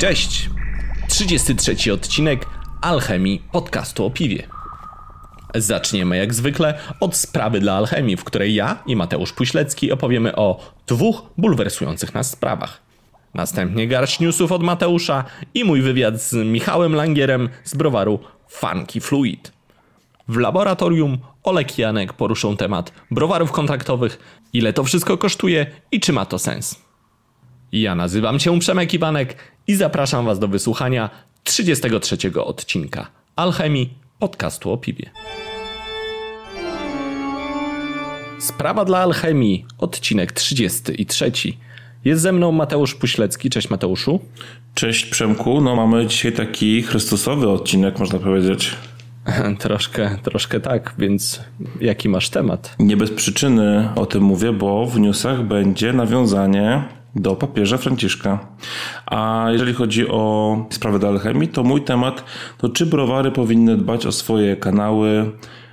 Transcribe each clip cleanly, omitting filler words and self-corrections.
Cześć! 33 odcinek Alchemii podcastu o piwie. Zaczniemy jak zwykle od sprawy dla Alchemii, w której ja i Mateusz Puślecki opowiemy o dwóch bulwersujących nas sprawach. Następnie garść newsów od Mateusza i mój wywiad z Michałem Langierem z browaru Funky Fluid. W laboratorium Olek i Janek poruszą temat browarów kontraktowych, ile to wszystko kosztuje i czy ma to sens. Ja nazywam się Przemek Iwanek i zapraszam Was do wysłuchania 33 odcinka Alchemii podcastu o piwie. Sprawa dla Alchemii, odcinek 33. Jest ze mną Mateusz Puślecki. Cześć Mateuszu. Cześć Przemku. No mamy dzisiaj taki chrystusowy odcinek, można powiedzieć. Troszkę tak, więc jaki masz temat? Nie bez przyczyny o tym mówię, bo w newsach będzie nawiązanie do papieża Franciszka. A jeżeli chodzi o sprawę do Alchemii, to mój temat to czy browary powinny dbać o swoje kanały,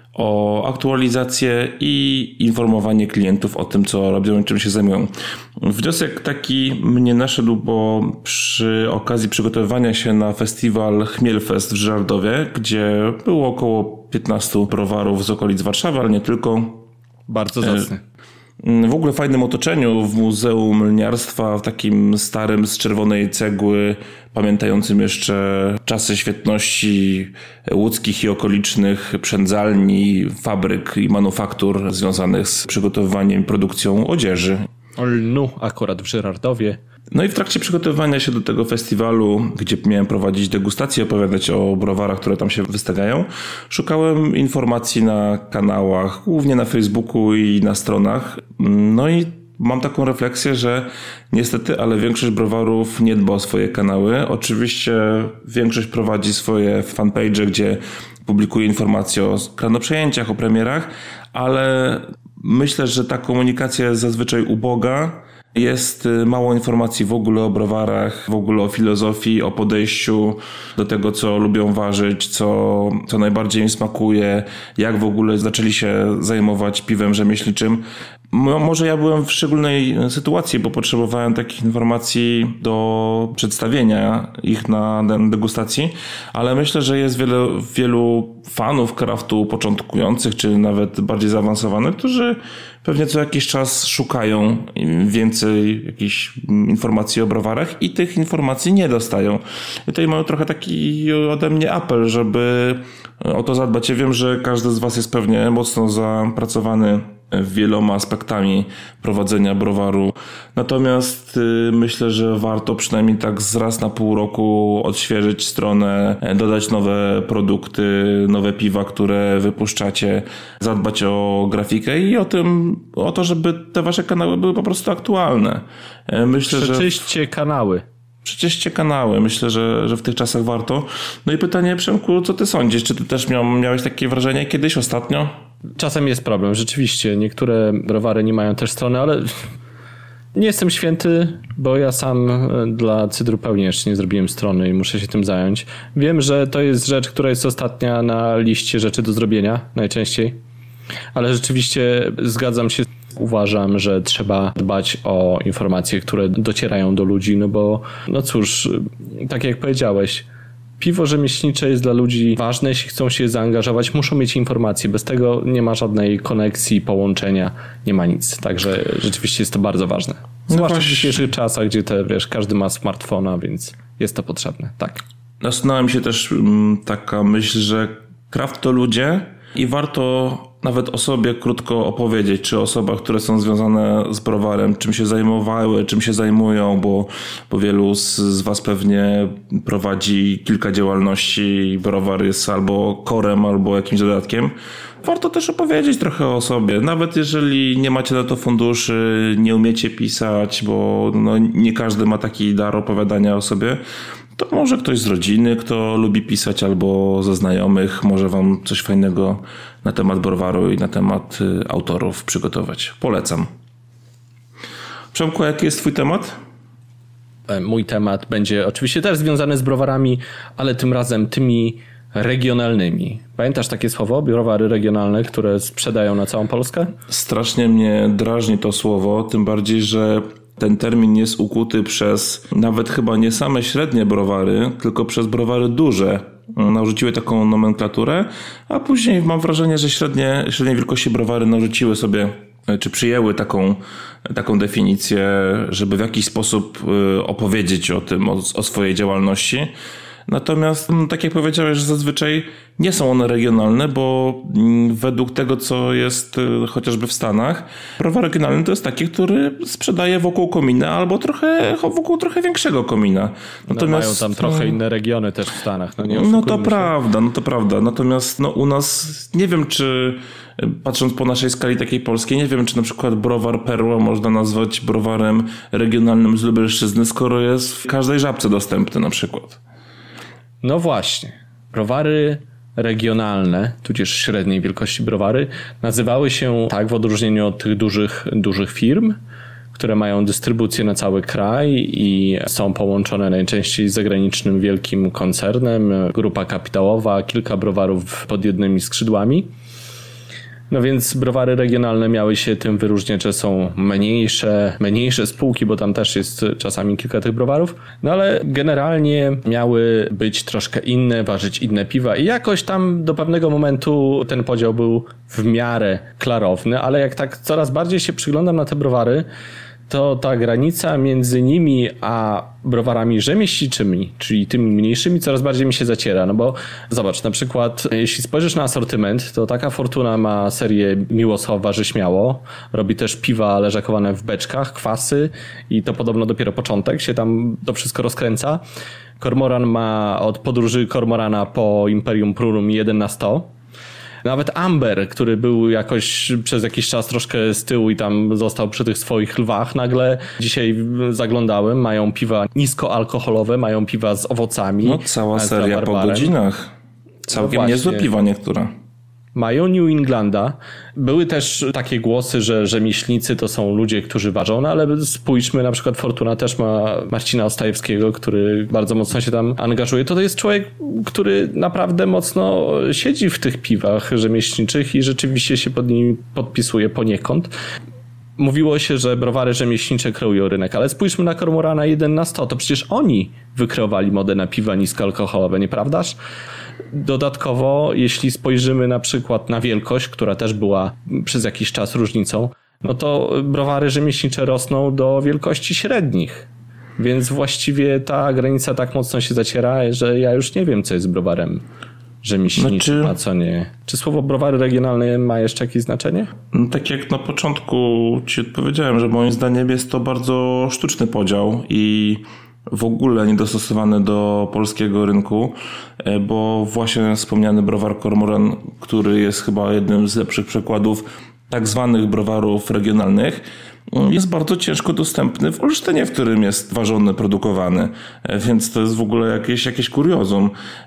o aktualizację i informowanie klientów o tym, co robią i czym się zajmują. Wniosek taki mnie naszedł, bo przy okazji przygotowywania się na festiwal Chmielfest w Żyrardowie, gdzie było około 15 browarów z okolic Warszawy, ale nie tylko. Bardzo zacny. W ogóle w fajnym otoczeniu, w Muzeum Mliniarstwa, w takim starym z czerwonej cegły, pamiętającym jeszcze czasy świetności łódzkich i okolicznych przędzalni, fabryk i manufaktur związanych z przygotowywaniem i produkcją odzieży. Lnu akurat w Żyrardowie. No i w trakcie przygotowywania się do tego festiwalu, gdzie miałem prowadzić degustację, opowiadać o browarach, które tam się wystawiają, szukałem informacji na kanałach, głównie na Facebooku i na stronach. No i mam taką refleksję, że niestety, ale większość browarów nie dba o swoje kanały. Oczywiście większość prowadzi swoje fanpage, gdzie publikuje informacje o kranoprzejęciach, o premierach, ale myślę, że ta komunikacja jest zazwyczaj uboga. Jest mało informacji w ogóle o browarach, w ogóle o filozofii, o podejściu do tego, co lubią ważyć, co najbardziej im smakuje, jak w ogóle zaczęli się zajmować piwem rzemieślniczym. Może ja byłem w szczególnej sytuacji, bo potrzebowałem takich informacji do przedstawienia ich na degustacji, ale myślę, że jest wielu fanów craftu początkujących, czy nawet bardziej zaawansowanych, którzy pewnie co jakiś czas szukają więcej jakichś informacji o browarach i tych informacji nie dostają. I tutaj mam trochę taki ode mnie apel, żeby o to zadbać. Ja wiem, że każdy z Was jest pewnie mocno zapracowany wieloma aspektami prowadzenia browaru. Natomiast myślę, że warto przynajmniej tak z raz na pół roku odświeżyć stronę, dodać nowe produkty, nowe piwa, które wypuszczacie, zadbać o grafikę i o to, żeby te Wasze kanały były po prostu aktualne. Przeczyście kanały. Przecież kanały. Myślę, że w tych czasach warto. No i pytanie, Przemku, co ty sądzisz? Czy ty też miałeś takie wrażenie kiedyś, ostatnio? Czasem jest problem, rzeczywiście. Niektóre browary nie mają też strony, ale nie jestem święty, bo ja sam dla Cydru Pełni jeszcze nie zrobiłem strony i muszę się tym zająć. Wiem, że to jest rzecz, która jest ostatnia na liście rzeczy do zrobienia najczęściej, ale rzeczywiście zgadzam się. Uważam, że trzeba dbać o informacje, które docierają do ludzi, no bo, no cóż, tak jak powiedziałeś, piwo rzemieślnicze jest dla ludzi ważne, jeśli chcą się zaangażować, muszą mieć informacje, bez tego nie ma żadnej koneksji, połączenia, nie ma nic, także rzeczywiście jest to bardzo ważne. Zwłaszcza w dzisiejszych czasach, gdzie każdy ma smartfona, więc jest to potrzebne, tak. Nasunęła mi się też taka myśl, że craft to ludzie i warto nawet o sobie krótko opowiedzieć, czy o osobach, które są związane z browarem, czym się zajmowały, czym się zajmują, bo wielu z Was pewnie prowadzi kilka działalności, browar jest albo korem, albo jakimś dodatkiem. Warto też opowiedzieć trochę o sobie, nawet jeżeli nie macie na to funduszy, nie umiecie pisać, bo nie każdy ma taki dar opowiadania o sobie. To może ktoś z rodziny, kto lubi pisać, albo ze znajomych może Wam coś fajnego na temat browaru i na temat autorów przygotować. Polecam. Przemku, jaki jest Twój temat? Mój temat będzie oczywiście też związany z browarami, ale tym razem tymi regionalnymi. Pamiętasz takie słowo, browary regionalne, które sprzedają na całą Polskę? Strasznie mnie drażni to słowo, tym bardziej, że ten termin jest ukuty przez nawet chyba nie same średnie browary, tylko przez browary duże. Narzuciły taką nomenklaturę, a później mam wrażenie, że średniej wielkości browary narzuciły sobie, czy przyjęły taką definicję, żeby w jakiś sposób opowiedzieć o tym, o swojej działalności. Natomiast, tak jak powiedziałeś, że zazwyczaj nie są one regionalne, bo według tego, co jest chociażby w Stanach, browar regionalny to jest taki, który sprzedaje wokół komina albo wokół trochę większego komina. Natomiast mają tam trochę inne regiony też w Stanach. To prawda. Natomiast u nas nie wiem, czy patrząc po naszej skali takiej polskiej, nie wiem, czy na przykład browar Perła można nazwać browarem regionalnym z Lubelszczyzny, skoro jest w każdej Żabce dostępny na przykład. No właśnie. Browary regionalne, tudzież średniej wielkości browary, nazywały się tak w odróżnieniu od tych dużych firm, które mają dystrybucję na cały kraj i są połączone najczęściej z zagranicznym wielkim koncernem, grupa kapitałowa, kilka browarów pod jednymi skrzydłami. No więc browary regionalne miały się tym wyróżniać, że są mniejsze spółki, bo tam też jest czasami kilka tych browarów, no ale generalnie miały być troszkę inne, ważyć inne piwa i jakoś tam do pewnego momentu ten podział był w miarę klarowny, ale jak tak coraz bardziej się przyglądam na te browary, to ta granica między nimi a browarami rzemieślniczymi, czyli tymi mniejszymi, coraz bardziej mi się zaciera. No bo zobacz, na przykład jeśli spojrzysz na asortyment, to taka Fortuna ma serię Miłosław waży śmiało, robi też piwa leżakowane w beczkach, kwasy i to podobno dopiero początek, się tam to wszystko rozkręca. Kormoran ma od podróży Kormorana po Imperium Prurum 1 na 100. Nawet Amber, który był jakoś przez jakiś czas troszkę z tyłu i tam został przy tych swoich lwach, nagle dzisiaj zaglądałem, mają piwa niskoalkoholowe, mają piwa z owocami. No cała seria po godzinach. Całkiem niezłe piwa niektóre. Mają New Englanda. Były też takie głosy, że rzemieślnicy to są ludzie, którzy ważą, no ale spójrzmy, na przykład Fortuna też ma Marcina Ostajewskiego, który bardzo mocno się tam angażuje. To jest człowiek, który naprawdę mocno siedzi w tych piwach rzemieślniczych i rzeczywiście się pod nimi podpisuje poniekąd. Mówiło się, że browary rzemieślnicze kreują rynek, ale spójrzmy na Kormorana 1 na 100, to przecież oni wykreowali modę na piwa niskoalkoholowe, nieprawdaż? Dodatkowo, jeśli spojrzymy na przykład na wielkość, która też była przez jakiś czas różnicą, no to browary rzemieślnicze rosną do wielkości średnich. Więc właściwie ta granica tak mocno się zaciera, że ja już nie wiem, co jest browarem rzemieślniczym, a co nie. Czy słowo browary regionalne ma jeszcze jakieś znaczenie? No, tak jak na początku ci odpowiedziałem, że moim zdaniem jest to bardzo sztuczny podział i w ogóle niedostosowany do polskiego rynku, bo właśnie wspomniany browar Kormoran, który jest chyba jednym z lepszych przykładów tak zwanych browarów regionalnych, jest bardzo ciężko dostępny w Olsztynie, w którym jest ważony, produkowany. Więc to jest w ogóle jakieś kuriozum.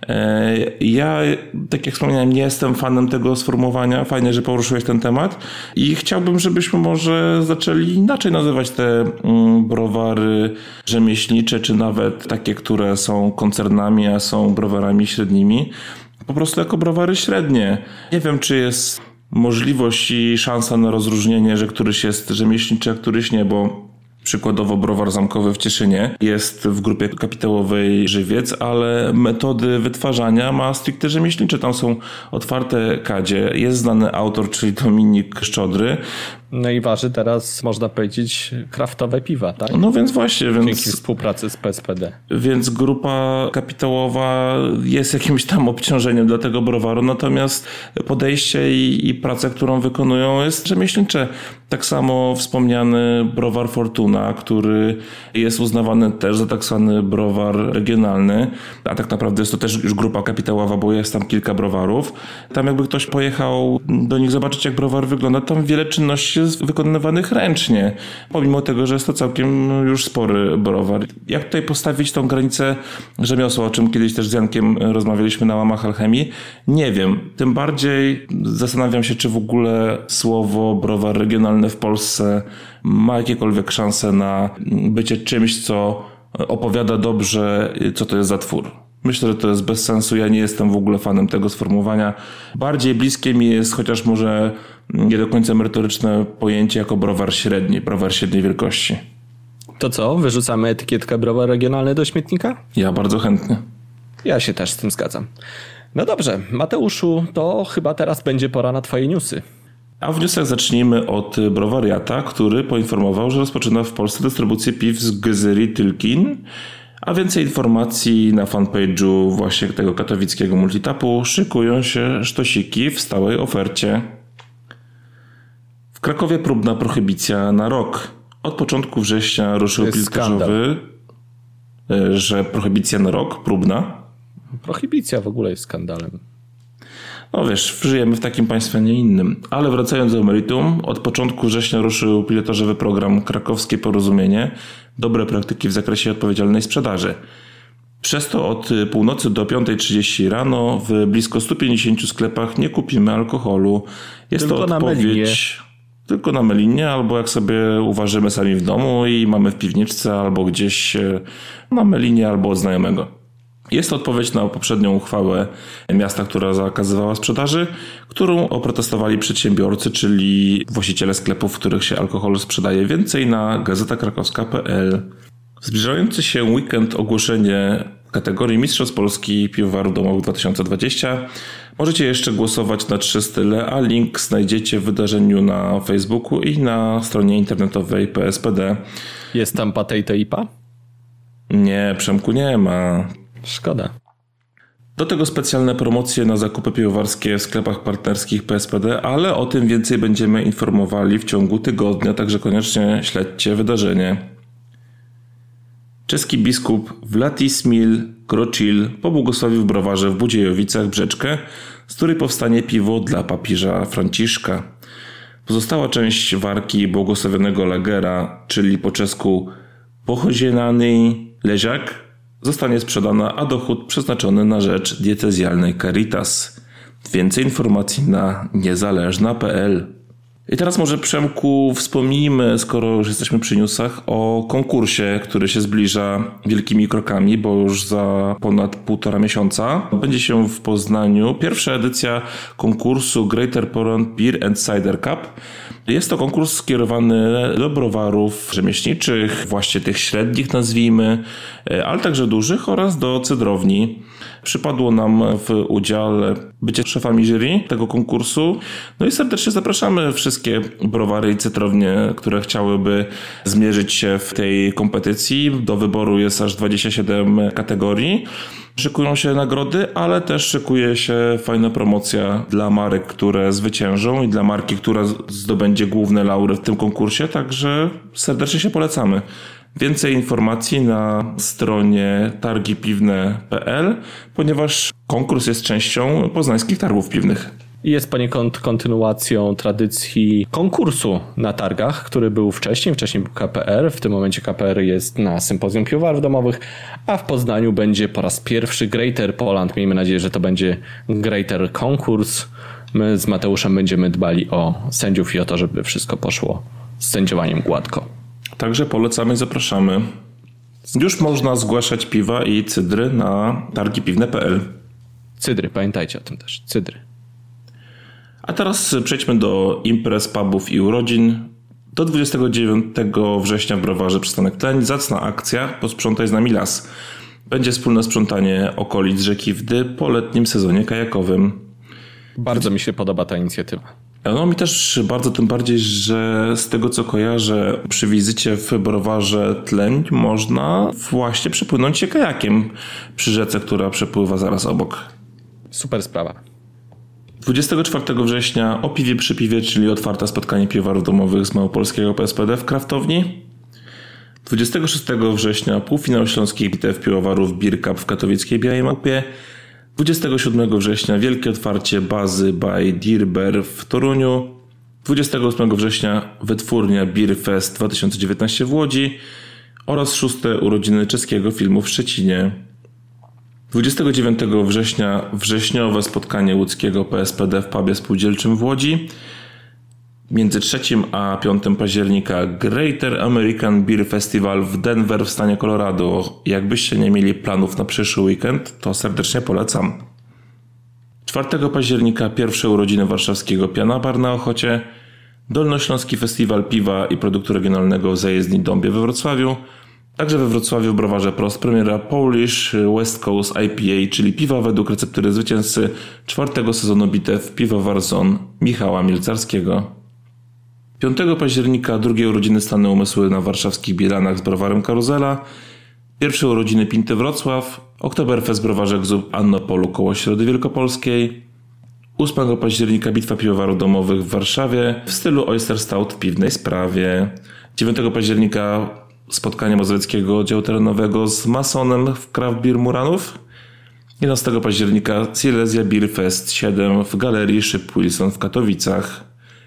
Ja, tak jak wspomniałem, nie jestem fanem tego sformułowania. Fajnie, że poruszyłeś ten temat. I chciałbym, żebyśmy może zaczęli inaczej nazywać te browary rzemieślnicze, czy nawet takie, które są koncernami, a są browarami średnimi. Po prostu jako browary średnie. Nie wiem, czy jest możliwość i szansa na rozróżnienie, że któryś jest rzemieślniczy, a któryś nie, bo przykładowo browar zamkowy w Cieszynie jest w grupie kapitałowej Żywiec, ale metody wytwarzania ma stricte rzemieślnicze. Tam są otwarte kadzie, jest znany autor, czyli Dominik Szczodry. No i waży teraz, można powiedzieć, kraftowe piwa, tak? No więc właśnie. Dzięki współpracy z PSPD. Więc grupa kapitałowa jest jakimś tam obciążeniem dla tego browaru, natomiast podejście i praca, którą wykonują, jest rzemieślnicze. Tak samo wspomniany browar Fortuna, który jest uznawany też za tak zwany browar regionalny, a tak naprawdę jest to też już grupa kapitałowa, bo jest tam kilka browarów. Tam jakby ktoś pojechał do nich zobaczyć, jak browar wygląda, tam wiele czynności jest wykonywanych ręcznie, pomimo tego, że jest to całkiem już spory browar. Jak tutaj postawić tą granicę rzemiosła, o czym kiedyś też z Jankiem rozmawialiśmy na łamach Alchemii? Nie wiem. Tym bardziej zastanawiam się, czy w ogóle słowo browar regionalny w Polsce ma jakiekolwiek szanse na bycie czymś, co opowiada dobrze, co to jest za twór. Myślę, że to jest bez sensu. Ja nie jestem w ogóle fanem tego sformułowania. Bardziej bliskie mi jest, chociaż może nie do końca merytoryczne pojęcie, jako browar średni, browar średniej wielkości. To co, wyrzucamy etykietkę browar regionalny do śmietnika? Ja bardzo chętnie. Ja się też z tym zgadzam. No dobrze, Mateuszu, to chyba teraz będzie pora na twoje newsy. A w newsach zacznijmy od Browariata, który poinformował, że rozpoczyna w Polsce dystrybucję piw z Gyzyry Tylkin, a więcej informacji na fanpage'u właśnie tego katowickiego multitapu. Szykują się sztosiki w stałej ofercie. W Krakowie próbna prohibicja na rok. Od początku września ruszył pilotażowy, że prohibicja na rok, próbna. Prohibicja w ogóle jest skandalem. No wiesz, żyjemy w takim państwie, nie innym. Ale wracając do meritum, od początku września ruszył pilotażowy program Krakowskie Porozumienie. Dobre praktyki w zakresie odpowiedzialnej sprzedaży. Przez to od północy do 5:30 rano w blisko 150 sklepach nie kupimy alkoholu. Jest tylko to odpowiedź tylko na Melinie, albo jak sobie uważymy sami w domu i mamy w piwniczce, albo gdzieś na Melinie, albo od znajomego. Jest to odpowiedź na poprzednią uchwałę miasta, która zakazywała sprzedaży, którą oprotestowali przedsiębiorcy, czyli właściciele sklepów, w których się alkohol sprzedaje. Więcej na gazetakrakowska.pl. Zbliżający się weekend ogłoszenie kategorii Mistrzostw Polski Piwowarów Domowych 2020. Możecie jeszcze głosować na 3 style, a link znajdziecie w wydarzeniu na Facebooku i na stronie internetowej PSPD. Jest tam Potato IPA? Nie, Przemku, nie ma. Szkoda. Do tego specjalne promocje na zakupy piwowarskie w sklepach partnerskich PSPD, ale o tym więcej będziemy informowali w ciągu tygodnia, także koniecznie śledźcie wydarzenie. Czeski biskup Władysław Kroczil pobłogosławił w browarze w Budziejowicach brzeczkę, z której powstanie piwo dla papieża Franciszka. Pozostała część warki błogosławionego lagera, czyli po czesku pochodzienany leżak, zostanie sprzedana, a dochód przeznaczony na rzecz diecezjalnej Caritas. Więcej informacji na niezależna.pl. I teraz może, Przemku, wspomnijmy, skoro już jesteśmy przy newsach, o konkursie, który się zbliża wielkimi krokami, bo już za ponad 1,5 miesiąca będzie się w Poznaniu pierwsza edycja konkursu Greater Poland Beer and Cider Cup. Jest to konkurs skierowany do browarów rzemieślniczych, właśnie tych średnich nazwijmy, ale także dużych, oraz do cydrowni. Przypadło nam w udziale bycie szefami jury tego konkursu. No i serdecznie zapraszamy wszystkie browary i cytrownie, które chciałyby zmierzyć się w tej kompetycji. Do wyboru jest aż 27 kategorii. Szykują się nagrody, ale też szykuje się fajna promocja dla marek, które zwyciężą, i dla marki, która zdobędzie główne laury w tym konkursie, także serdecznie się polecamy. Więcej informacji na stronie targipiwne.pl, ponieważ konkurs jest częścią poznańskich targów piwnych. Jest poniekąd kontynuacją tradycji konkursu na targach, który był wcześniej był KPR, w tym momencie KPR jest na Sympozjum Piwowarów Domowych, a w Poznaniu będzie po raz pierwszy Greater Poland. Miejmy nadzieję, że to będzie Greater konkurs. My z Mateuszem będziemy dbali o sędziów i o to, żeby wszystko poszło z sędziowaniem gładko. Także polecamy i zapraszamy. Już można zgłaszać piwa i cydry na targipiwne.pl. Cydry, pamiętajcie o tym też. Cydry. A teraz przejdźmy do imprez, pubów i urodzin. Do 29 września w browarze Przystanek Tleń zacna akcja Posprzątaj z nami las. Będzie wspólne sprzątanie okolic rzeki Wdy po letnim sezonie kajakowym. Bardzo mi się podoba ta inicjatywa. No mi też bardzo, tym bardziej, że z tego co kojarzę, przy wizycie w browarze Tleń można właśnie przepłynąć się kajakiem przy rzece, która przepływa zaraz obok. Super sprawa. 24 września o piwie przy piwie, czyli otwarte spotkanie piwowarów domowych z małopolskiego PSPD w Kraftowni. 26 września półfinał śląskich bitew piwowarów Beer Cup w katowickiej Białej Małpie. 27 września wielkie otwarcie bazy by Dear Bear w Toruniu. 28 września wytwórnia Beer Fest 2019 w Łodzi oraz 6. urodziny czeskiego filmu w Szczecinie. 29 września wrześniowe spotkanie łódzkiego PSPD w pubie spółdzielczym w Łodzi. Między 3 a 5 października Greater American Beer Festival w Denver w stanie Colorado. Jakbyście nie mieli planów na przyszły weekend, to serdecznie polecam. 4 października pierwsze urodziny warszawskiego Piana Bar na Ochocie. Dolnośląski Festiwal Piwa i Produktu Regionalnego w Zajezdni Dąbie we Wrocławiu. Także we Wrocławiu w browarze Prost premiera Polish West Coast IPA, czyli piwa według receptury zwycięzcy 4. sezonu bitew Piwowar Zone Michała Mielcarskiego. 5 października drugie urodziny Stany Umysły na warszawskich Bielanach z browarem Karuzela. Pierwsze urodziny Pinty Wrocław. Oktoberfest browarze Gzub Annopolu koło Środy Wielkopolskiej. 8 października bitwa piwowarów domowych w Warszawie w stylu Oyster Stout w piwnej sprawie. 9 października spotkanie mazowieckiego oddziału terenowego z Masonem w Craft Beer Muranów. 11 października Silesia Beer Fest 7 w Galerii Szyb Wilson w Katowicach.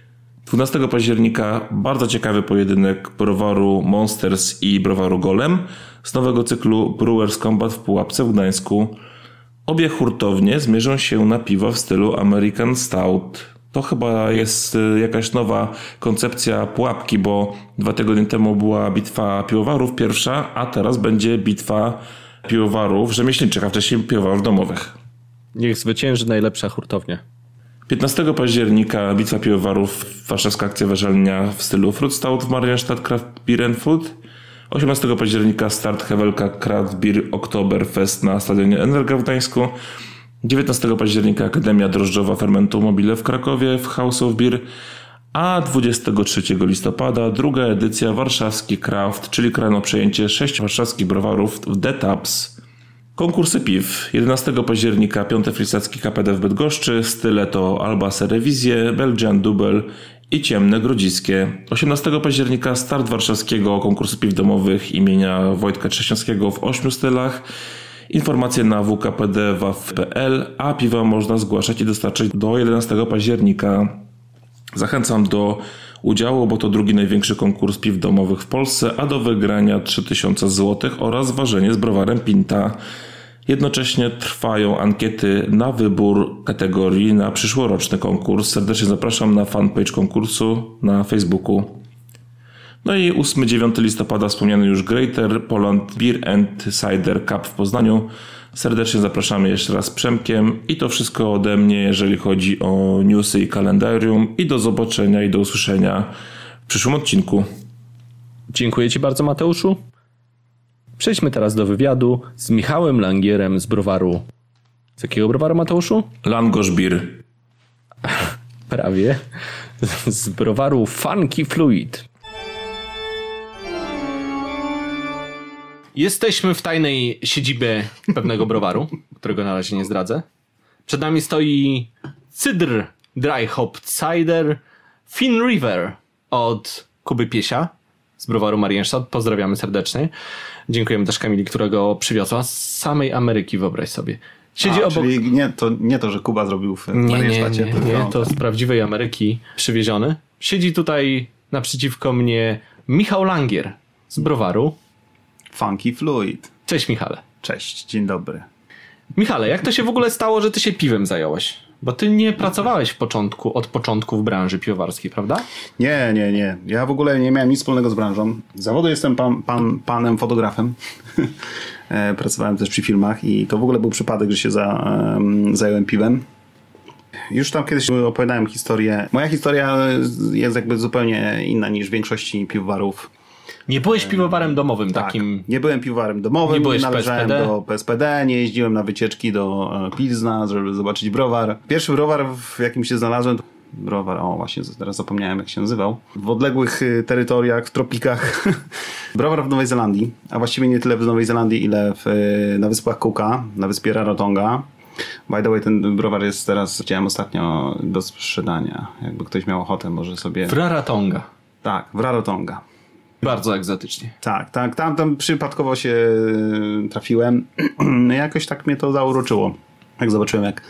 12 października bardzo ciekawy pojedynek browaru Monsters i browaru Golem z nowego cyklu Brewers Combat w Pułapce w Gdańsku. Obie hurtownie zmierzą się na piwo w stylu American Stout. To chyba jest jakaś nowa koncepcja Pułapki, bo 2 tygodnie temu była bitwa piwowarów pierwsza, a teraz będzie bitwa piwowarów rzemieślniczych, a wcześniej piwowarów domowych. Niech zwycięży najlepsza hurtownia. 15 października bitwa piwowarów, warszawska akcja ważelnia w stylu Fruit Stout w Marienstadt Craft Beer and Food. 18 października start Hewelka Craft Beer Oktoberfest na stadionie Energa w Gdańsku. 19 października Akademia Drożdżowa Fermentu Mobile w Krakowie w House of Beer. A 23 listopada druga edycja warszawski Craft, czyli kolejne przejęcie 6 warszawskich browarów w The Taps. Konkursy piw. 11 października 5. Frisacki KPD w Bydgoszczy, style to Albase Rewizje, Belgian Double i Ciemne Grodziskie. 18 października start warszawskiego konkursu piw domowych imienia Wojtka Trzecińskiego w 8 stylach. Informacje na wkpdwaw.pl, a piwa można zgłaszać i dostarczyć do 11 października. Zachęcam do udziału, bo to drugi największy konkurs piw domowych w Polsce, a do wygrania 3000 zł oraz ważenie z browarem Pinta. Jednocześnie trwają ankiety na wybór kategorii na przyszłoroczny konkurs. Serdecznie zapraszam na fanpage konkursu na Facebooku. No i 8-9 listopada wspomniany już Greater Poland Beer and Cider Cup w Poznaniu. Serdecznie zapraszamy jeszcze raz Przemkiem i to wszystko ode mnie, jeżeli chodzi o newsy i kalendarium, i do zobaczenia i do usłyszenia w przyszłym odcinku. Dziękuję Ci bardzo, Mateuszu. Przejdźmy teraz do wywiadu z Michałem Langierem z browaru. Z jakiego browaru, Mateuszu? Langosz Beer. Prawie. Z browaru Funky Fluid. Jesteśmy w tajnej siedzibie pewnego browaru, którego na razie nie zdradzę. Przed nami stoi cydr Dry Hop Cider Finn River od Kuby Piesia z browaru Marienstadt. Pozdrawiamy serdecznie. Dziękujemy też Kamili, którego przywiozła z samej Ameryki, wyobraź sobie. Siedzi obok... Czyli nie to, że Kuba zrobił w Marienstadcie. Nie, to z prawdziwej Ameryki przywieziony. Siedzi tutaj naprzeciwko mnie Michał Langier z browaru Funky Fluid. Cześć, Michale. Cześć, dzień dobry. Michale, jak to się w ogóle stało, że ty się piwem zająłeś? Bo ty nie pracowałeś od początku w branży piwowarskiej, prawda? Nie. Ja w ogóle nie miałem nic wspólnego z branżą. Z zawodu jestem panem fotografem. Pracowałem też przy filmach i to w ogóle był przypadek, że się zająłem piwem. Już tam kiedyś opowiadałem historię. Moja historia jest jakby zupełnie inna niż większości piwowarów. Nie byłeś piwowarem domowym tak, takim? Nie byłem piwowarem domowym, nie byłeś należałem do PSPD, nie jeździłem na wycieczki do Pilzna, żeby zobaczyć browar. Pierwszy browar, w jakim się znalazłem, właśnie teraz zapomniałem, jak się nazywał. W odległych terytoriach, w tropikach. Browar w Nowej Zelandii, a właściwie nie tyle w Nowej Zelandii, ile na wyspach Cooka, na wyspie Rarotonga. By the way, ten browar jest teraz, widziałem ostatnio, do sprzedania. Jakby ktoś miał ochotę, może sobie... W Rarotonga. Tak, w Rarotonga. Bardzo egzotycznie. Tak. Tam przypadkowo się trafiłem. Jakoś tak mnie to zauroczyło. Jak zobaczyłem, jak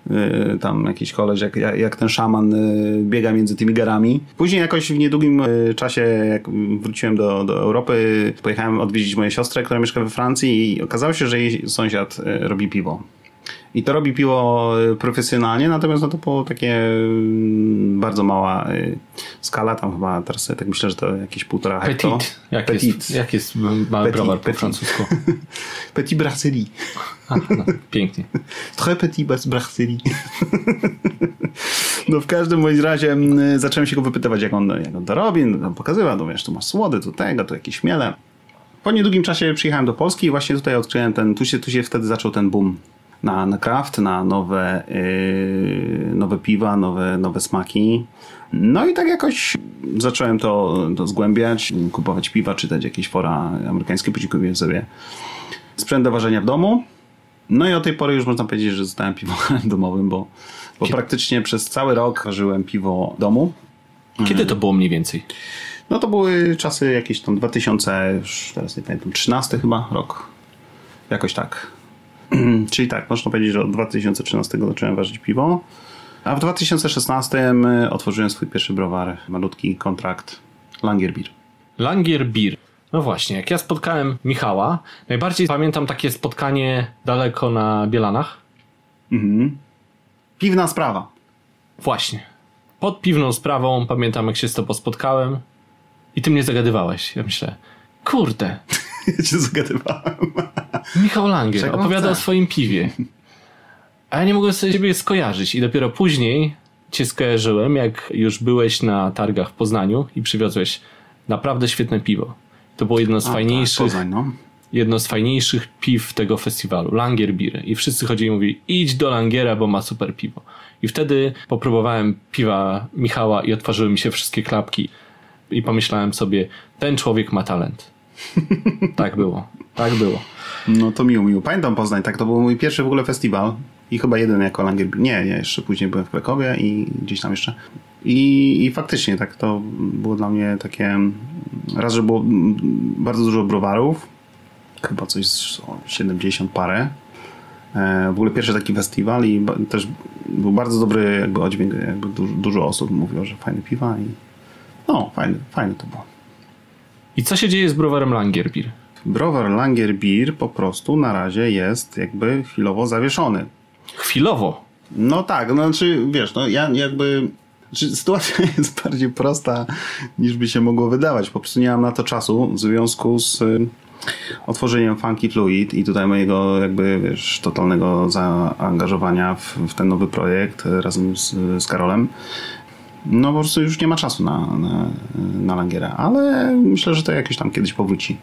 tam jakiś koleś, jak ten szaman biega między tymi garami. Później jakoś w niedługim czasie, jak wróciłem do Europy, pojechałem odwiedzić moją siostrę, która mieszka we Francji, i okazało się, że jej sąsiad robi piwo. I to robi piwo profesjonalnie, natomiast to było takie bardzo mała skala, tam chyba teraz sobie tak myślę, że to jakieś 1,5 hekto. Petit. Jak jest mały browar po francusku? Petit brasserie. Pięknie. Très petit brasserie. No w każdym bądź razie zacząłem się go wypytywać, jak on to robi. No, pokazywał, no wiesz, tu masz słody, tu tego, tu jakieś chmiele. Po niedługim czasie przyjechałem do Polski i właśnie tutaj odkryłem tu się wtedy zaczął ten boom na craft, na nowe piwa, nowe smaki. No i tak jakoś zacząłem to zgłębiać, kupować piwa, czytać jakieś fora amerykańskie, później kupiłem sobie sprzęt do ważenia w domu. No i od tej pory już można powiedzieć, że zostałem piwowarem domowym, bo praktycznie przez cały rok ważyłem piwo w domu. Kiedy to było mniej więcej? No to były czasy jakieś tam 2000, już teraz nie pamiętam, 13 chyba rok. Jakoś tak. Czyli tak, można powiedzieć, że od 2013 zacząłem ważyć piwo. A w 2016 otworzyłem swój pierwszy browar, malutki kontrakt Langierbier. Langierbier. No właśnie, jak ja spotkałem Michała, najbardziej pamiętam takie spotkanie daleko na Bielanach. Mhm. Piwna sprawa. Właśnie. Pod piwną sprawą pamiętam, jak się z tobą spotkałem i ty mnie zagadywałeś. Ja myślę, kurde. Ja cię zagadywałem. Michał Langier Czego opowiada o chcę? swoim piwie. A ja nie mogłem sobie ciebie skojarzyć i dopiero później cię skojarzyłem, jak już byłeś na targach w Poznaniu i przywiozłeś naprawdę świetne piwo. To było jedno z fajniejszych, Tak, Poznań, no. jedno z fajniejszych piw tego festiwalu, Langierbier. I wszyscy chodzili i mówili, idź do Langiera, bo ma super piwo. I wtedy popróbowałem piwa Michała i otworzyły mi się wszystkie klapki. I pomyślałem sobie, ten człowiek ma talent. Tak było. Tak było. No to miło. Pamiętam Poznań, tak, to był mój pierwszy w ogóle festiwal i chyba jeden jako Langierbier. Nie, jeszcze później byłem w Krakowie i gdzieś tam jeszcze. I faktycznie tak, to było dla mnie takie, raz, że było bardzo dużo browarów, chyba coś z 70 parę. W ogóle pierwszy taki festiwal i też był bardzo dobry jakby oddźwięk, jakby dużo osób mówiło, że fajne piwa i no, fajne to było. I co się dzieje z browarem Langierbier? Browar Langierbier po prostu na razie jest jakby chwilowo zawieszony. Chwilowo. No tak, no znaczy wiesz, no ja jakby sytuacja jest bardziej prosta niż by się mogło wydawać. Po prostu nie mam na to czasu w związku z otworzeniem Funky Fluid i tutaj mojego jakby wiesz, totalnego zaangażowania w ten nowy projekt razem z Karolem. No po prostu już nie ma czasu na Langiera, ale myślę, że to jakoś tam kiedyś powróci.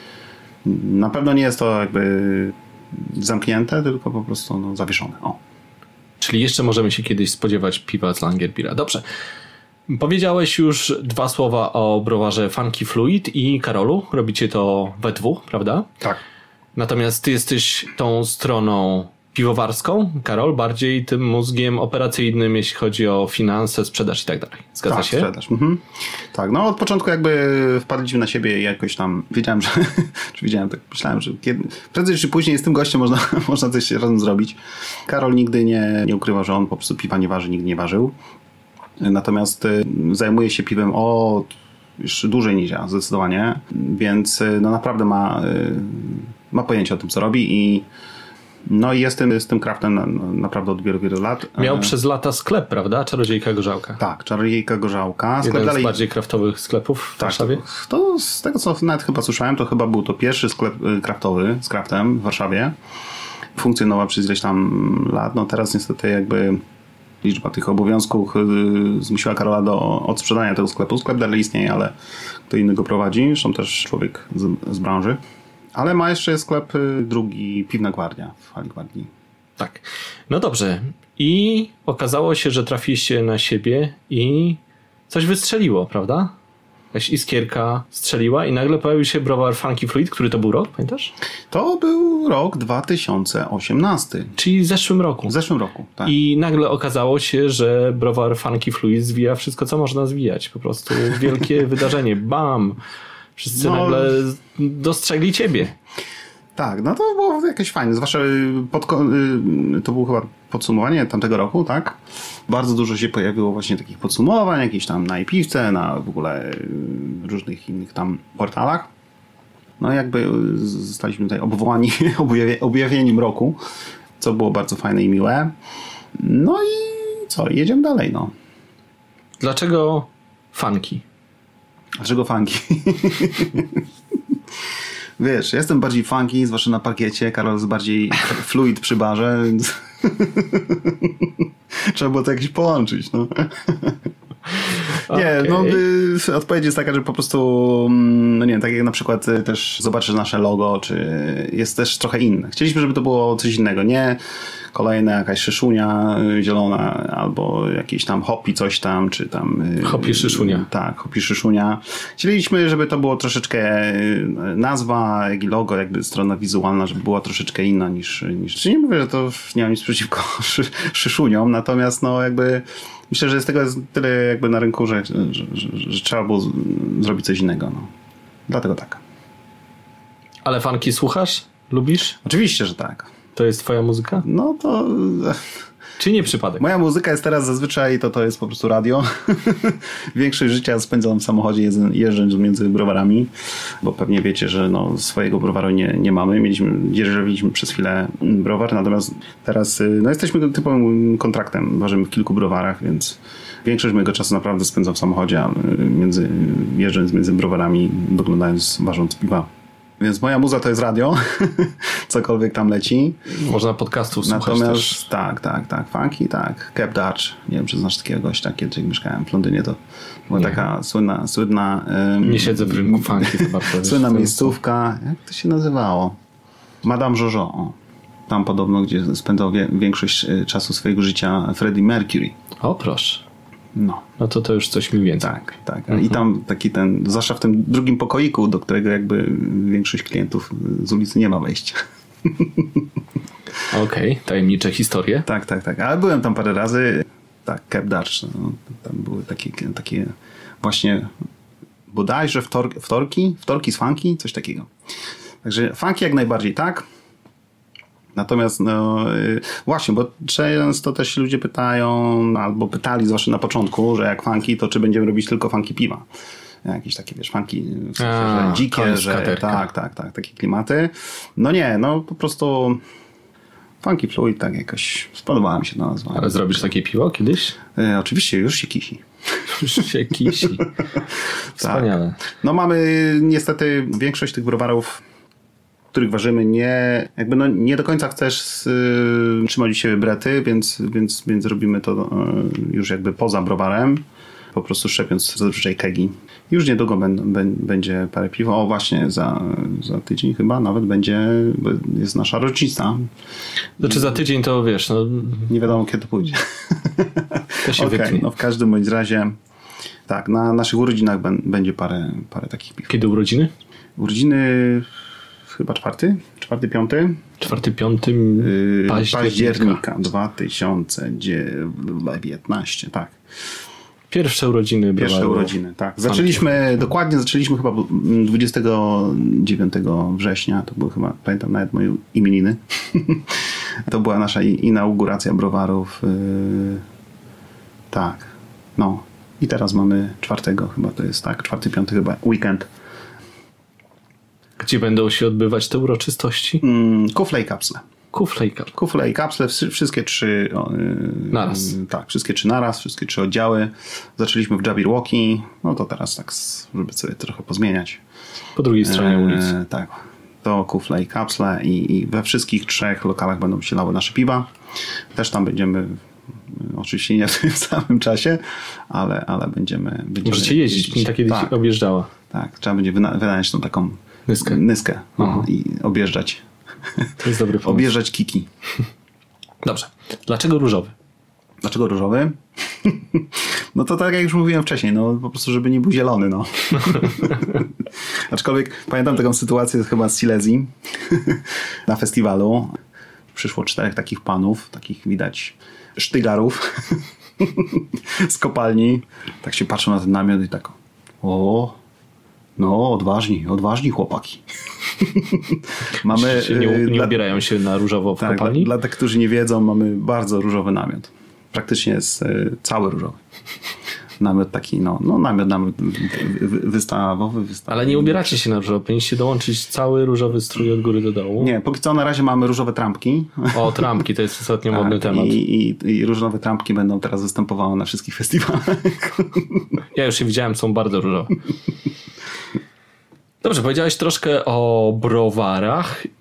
Na pewno nie jest to jakby zamknięte, tylko po prostu no, zawieszone. O. Czyli jeszcze możemy się kiedyś spodziewać piwa z Langierbiera. Dobrze. Powiedziałeś już 2 słowa o browarze Funky Fluid i Karolu. Robicie to we dwóch, prawda? Tak. Natomiast ty jesteś tą stroną piwowarską, Karol, bardziej tym mózgiem operacyjnym, jeśli chodzi o finanse, sprzedaż i tak dalej. Zgadza się? Sprzedaż. Mhm. Tak, no od początku jakby wpadliśmy na siebie i jakoś tam wiedziałem, że myślałem, że prędzej czy później z tym gościem można coś razem zrobić. Karol nigdy nie ukrywał, że on po prostu piwa nie waży, nigdy nie ważył. Natomiast zajmuje się piwem już dłużej niż ja, zdecydowanie, więc no naprawdę ma pojęcie o tym, co robi i no i jestem z tym craftem naprawdę od wielu, wielu lat. Miał przez lata sklep, prawda? Czarodziejka Gorzałka. Tak, Czarodziejka Gorzałka. Jeden Sklep z bardziej craftowych sklepów w Warszawie. To z tego, co nawet chyba słyszałem, to chyba był to pierwszy sklep craftowy z craftem w Warszawie. Funkcjonował przez ileś tam lat. No teraz niestety jakby liczba tych obowiązków zmusiła Karola do odsprzedania tego sklepu. Sklep dalej istnieje, ale kto inny go prowadzi. Zresztą też człowiek z branży. Ale ma jeszcze sklep drugi, Piwna Gwardia w Hali Gwardii. Tak. No dobrze. I okazało się, że trafiliście na siebie i coś wystrzeliło, prawda? Jakaś iskierka strzeliła i nagle pojawił się browar Funky Fluid. Który to był rok, pamiętasz? To był rok 2018. Czyli w zeszłym roku. W zeszłym roku, tak. I nagle okazało się, że browar Funky Fluid zwija wszystko, co można zwijać. Po prostu wielkie wydarzenie. Bam! Wszyscy nagle dostrzegli ciebie. Tak, no to było jakieś fajne. Zwłaszcza to było chyba podsumowanie tamtego roku, tak? Bardzo dużo się pojawiło właśnie takich podsumowań, jakieś tam na iPiwce, na w ogóle różnych innych tam portalach. No jakby zostaliśmy tutaj obwołani objawieniem roku, co było bardzo fajne i miłe. No i co? Jedziemy dalej, no. Dlaczego funky? Dlaczego funky? Wiesz, ja jestem bardziej funky, zwłaszcza na parkiecie. Karol jest bardziej fluid przy barze, więc Trzeba było to jakoś połączyć, no. Nie, no odpowiedź jest taka, że po prostu, no nie wiem, tak jak na przykład też zobaczysz nasze logo, czy jest też trochę inne. Chcieliśmy, żeby to było coś innego, nie kolejna jakaś szyszunia zielona, albo jakieś tam hopi coś tam, czy tam... Hopi szyszunia. Tak, hopi szyszunia. Chcieliśmy, żeby to było troszeczkę nazwa, jak i logo, jakby strona wizualna, żeby była troszeczkę inna niż... Czy nie mówię, że to nie mam nic przeciwko szyszuniom, natomiast no jakby... Myślę, że z tego jest tyle jakby na rynku, że trzeba było zrobić coś innego. No. Dlatego tak. Ale funky słuchasz? Lubisz? Oczywiście, że tak. To jest twoja muzyka? No to... Czy nie przypadek? Moja muzyka jest teraz zazwyczaj, to jest po prostu radio. Większość życia spędzam w samochodzie jeżdżąc między browarami, bo pewnie wiecie, że no, swojego browaru nie mamy. Dzierżyliśmy przez chwilę browar, natomiast teraz no, jesteśmy typowym kontraktem. Ważymy w kilku browarach, więc większość mojego czasu naprawdę spędzam w samochodzie, jeżdżąc między browarami, doglądając, ważąc piwa. Więc moja muza to jest radio, cokolwiek tam leci. Można podcastów słuchać natomiast też. Tak, funky, tak. Cap Dutch, nie wiem, czy znasz takiego gościa, kiedy mieszkałem w Londynie, to była taka słynna nie siedzę w rynku funky, to bardzo słynna miejscówka, jak to się nazywało? Madame Jojo. Tam podobno, gdzie spędzał większość czasu swojego życia Freddie Mercury. O, proszę. No to już coś mi więcej. Tak. I tam taki zwłaszcza w tym drugim pokoiku, do którego jakby większość klientów z ulicy nie ma wejścia. Okej, tajemnicze historie. Tak. Ale byłem tam parę razy. Tak, Cap Dutch. No, tam były takie właśnie bodajże wtorki z funky, coś takiego. Także funky jak najbardziej tak. Natomiast no właśnie, bo często też ludzie pytają, albo pytali zwłaszcza na początku, że jak funky, to czy będziemy robić tylko funky piwa. Jakieś takie, wiesz, funky w sensie, że dzikie, że tak, takie klimaty. No nie, no po prostu funky fluid, tak jakoś spodobała mi się ta nazwa. Ale zrobisz takie piwo kiedyś? Oczywiście, już się kisi. Już się kisi. Wspaniale. Tak. No mamy niestety większość tych browarów, których ważymy, nie do końca chcesz trzymać się brety, więc robimy to już jakby poza browarem, po prostu szczepiąc zazwyczaj kegi. Już niedługo będzie parę piwa. O właśnie, za tydzień chyba nawet jest nasza rocznica. Znaczy za tydzień to wiesz, no... Nie wiadomo kiedy to pójdzie. To się wytnie. No w każdym bądź razie tak, na naszych urodzinach będzie parę takich piw. Kiedy urodziny? Urodziny chyba 4, 5? 4-5 października 2019, tak. Pierwsze urodziny. Pierwsze urodziny, tak. Zaczęliśmy chyba 29 września, to były chyba, pamiętam nawet moje imieniny. To była nasza inauguracja browarów. Tak, no. I teraz mamy 4 chyba to jest, tak? 4-5 chyba, weekend. Gdzie będą się odbywać te uroczystości? Kufle i kapsle. Kufle i kapsle, wszystkie 3 naraz. Tak, wszystkie 3 naraz, wszystkie 3 oddziały. Zaczęliśmy w Jabberwocky, no to teraz tak, żeby sobie trochę pozmieniać. Po drugiej stronie ulicy. Tak, to kufle i kapsle i we wszystkich 3 lokalach będą się lały nasze piwa. Też tam będziemy, oczywiście nie w tym samym czasie, ale będziemy Możecie jeździć, tak kiedyś objeżdżała. Tak, trzeba będzie wynająć tą taką nyskę i objeżdżać. To jest dobry pomysł. Objeżdżać kiki. Dobrze. Dlaczego różowy? Dlaczego różowy? No to tak jak już mówiłem wcześniej, no po prostu żeby nie był zielony, no. Aczkolwiek pamiętam taką sytuację chyba z Silesii na festiwalu. Przyszło 4 takich panów, takich widać sztygarów z kopalni. Tak się patrzą na ten namiot i tak no, odważni chłopaki. Mamy, nie ubierają się na różowo w kopalni? Dla tych, którzy nie wiedzą, mamy bardzo różowy namiot. Praktycznie jest cały różowy. Namiot taki, namiot wystawowy. Ale nie ubieracie się na różowo. Powinniście dołączyć cały różowy strój od góry do dołu. Nie, póki co na razie mamy różowe trampki. O, trampki, to jest ostatnio modny temat. I różowe trampki będą teraz występowały na wszystkich festiwalach. Ja już je widziałem, są bardzo różowe. Dobrze, powiedziałeś troszkę o browarach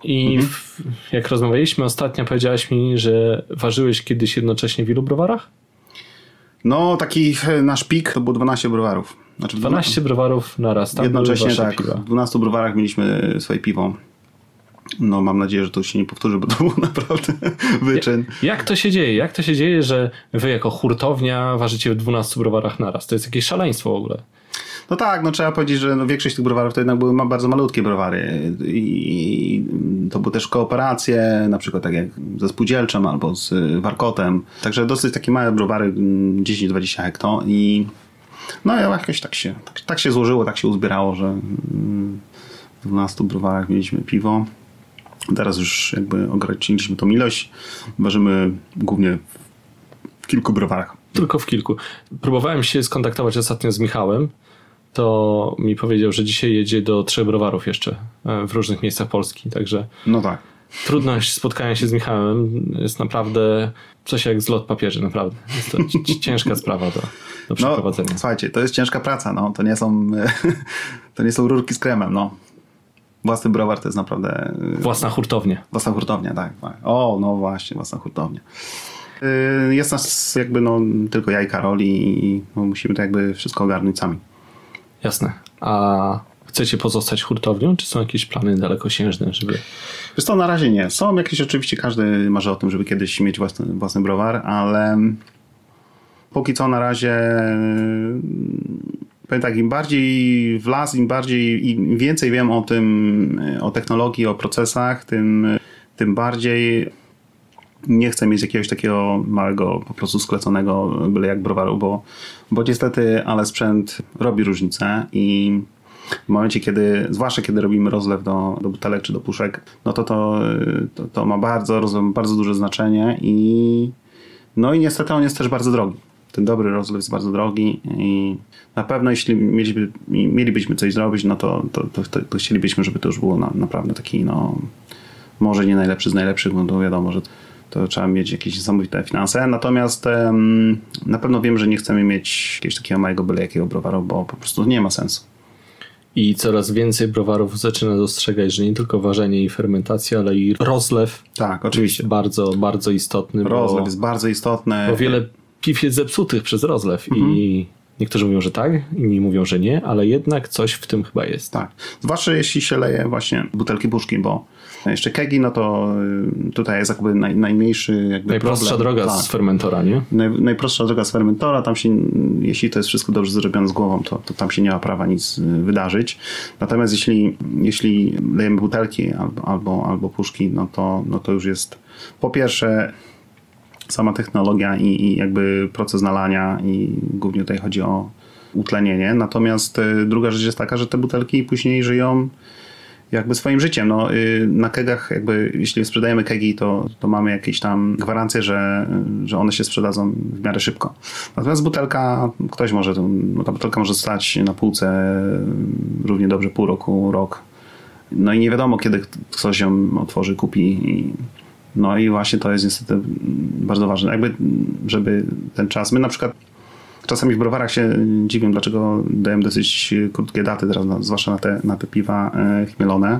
I jak rozmawialiśmy ostatnio, powiedziałeś mi, że ważyłeś kiedyś jednocześnie w ilu browarach? No, taki nasz pik to było 12 browarów. Znaczy 12 browarów naraz. Tam jednocześnie tak. piwa. W 12 browarach mieliśmy swoje piwo. No, mam nadzieję, że to się nie powtórzy, bo to był naprawdę wyczyn. Jak to się dzieje? Jak to się dzieje, że wy jako hurtownia ważycie w 12 browarach naraz? To jest jakieś szaleństwo w ogóle. No tak, no trzeba powiedzieć, że większość tych browarów to jednak były bardzo malutkie browary i to były też kooperacje, na przykład tak jak ze Spółdzielczem albo z Warkotem. Także dosyć takie małe browary, 10-20 hekto i no jakoś tak się złożyło, tak się uzbierało, że w 12 browarach mieliśmy piwo. Teraz już jakby ograniczyliśmy tą ilość. Ważymy głównie w kilku browarach. Tylko w kilku. Próbowałem się skontaktować ostatnio z Michałem. To mi powiedział, że dzisiaj jedzie do 3 browarów jeszcze w różnych miejscach Polski. Także no tak. Trudność spotkania się z Michałem jest naprawdę coś jak zlot papieży, naprawdę. Jest to ciężka sprawa do przeprowadzenia. No, słuchajcie, to jest ciężka praca. No. To nie są rurki z kremem. No. Własny browar to jest naprawdę... Własna hurtownia. Własna hurtownia, tak. O, no właśnie, własna hurtownia. Jest nas jakby tylko ja i Karol i musimy to jakby wszystko ogarnąć sami. Jasne. A chcecie pozostać hurtownią, czy są jakieś plany dalekosiężne, żeby... Wiesz co, na razie nie. Są jakieś, oczywiście każdy marzy o tym, żeby kiedyś mieć własny browar, ale póki co na razie powiem tak, im bardziej w las, im więcej wiem o tym, o technologii, o procesach, tym bardziej nie chcę mieć jakiegoś takiego małego, po prostu skleconego byle jak browaru, bo niestety, ale sprzęt robi różnicę i w momencie, zwłaszcza kiedy robimy rozlew do butelek czy do puszek, no to ma bardzo duże znaczenie i niestety on jest też bardzo drogi. Ten dobry rozlew jest bardzo drogi i na pewno jeśli mielibyśmy coś zrobić, no to chcielibyśmy, żeby to już było naprawdę taki, może nie najlepszy z najlepszych, bo to wiadomo, że to trzeba mieć jakieś niesamowite finanse. Natomiast na pewno wiem, że nie chcemy mieć jakiegoś takiego małego byle jakiego browaru, bo po prostu nie ma sensu. I coraz więcej browarów zaczyna dostrzegać, że nie tylko ważenie i fermentacja, ale i rozlew. Tak, oczywiście. Jest bardzo, bardzo istotny. Rozlew jest bardzo istotny. Bo wiele piw jest zepsutych przez rozlew i niektórzy mówią, że tak, inni mówią, że nie, ale jednak coś w tym chyba jest. Tak. Zwłaszcza jeśli się leje właśnie butelki puszki, bo jeszcze kegi, no to tutaj jest jakby najmniejszy jakby najprostsza problem. droga z fermentora, nie? Najprostsza droga z fermentora, tam się, jeśli to jest wszystko dobrze zrobione z głową, to tam się nie ma prawa nic wydarzyć. Natomiast jeśli lejemy butelki albo puszki, no to już jest po pierwsze sama technologia i jakby proces nalania i głównie tutaj chodzi o utlenienie. Natomiast druga rzecz jest taka, że te butelki później żyją jakby swoim życiem. No, na kegach jakby, jeśli sprzedajemy kegi, to mamy jakieś tam gwarancje, że one się sprzedadzą w miarę szybko. Natomiast butelka, ta butelka może stać na półce równie dobrze pół roku, rok. No i nie wiadomo, kiedy ktoś ją otworzy, kupi. No i właśnie to jest niestety bardzo ważne. Jakby, żeby ten czas... My na przykład czasami w browarach się dziwię, dlaczego dajemy dosyć krótkie daty teraz, zwłaszcza na te piwa chmielone.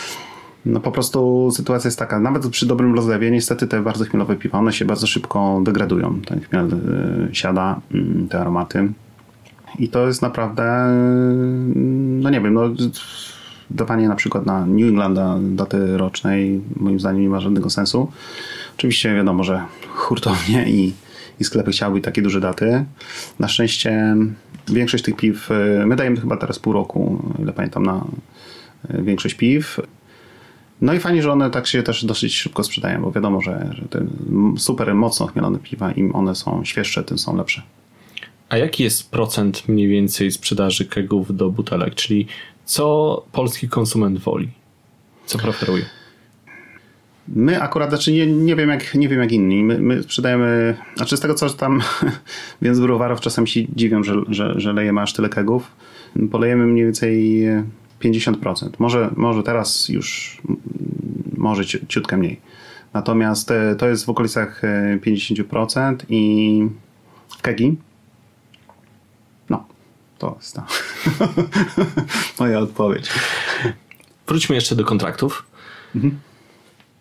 No po prostu sytuacja jest taka, nawet przy dobrym rozlewie, niestety te bardzo chmielowe piwa, one się bardzo szybko degradują. Ten chmiel siada, te aromaty. I to jest naprawdę, no nie wiem, dawanie na przykład na New Englanda daty rocznej moim zdaniem nie ma żadnego sensu. Oczywiście wiadomo, że hurtownie i sklepy chciałyby takie duże daty. Na szczęście większość tych piw, my dajemy chyba teraz pół roku, ile pamiętam, na większość piw. No i fajnie, że one tak się też dosyć szybko sprzedają, bo wiadomo, że te super mocno chmielone piwa, im one są świeższe, tym są lepsze. A jaki jest procent mniej więcej sprzedaży kegów do butelek? Czyli co polski konsument woli? Co preferuje? My akurat, znaczy nie wiem jak inni. My sprzedajemy, znaczy z tego co tam więc browarów czasem się dziwią, że lejemy aż tyle kegów. Polejemy mniej więcej 50%. Może teraz już może ciutkę mniej. Natomiast to jest w okolicach 50% i kegi. No, to jest ta moja odpowiedź. Wróćmy jeszcze do kontraktów.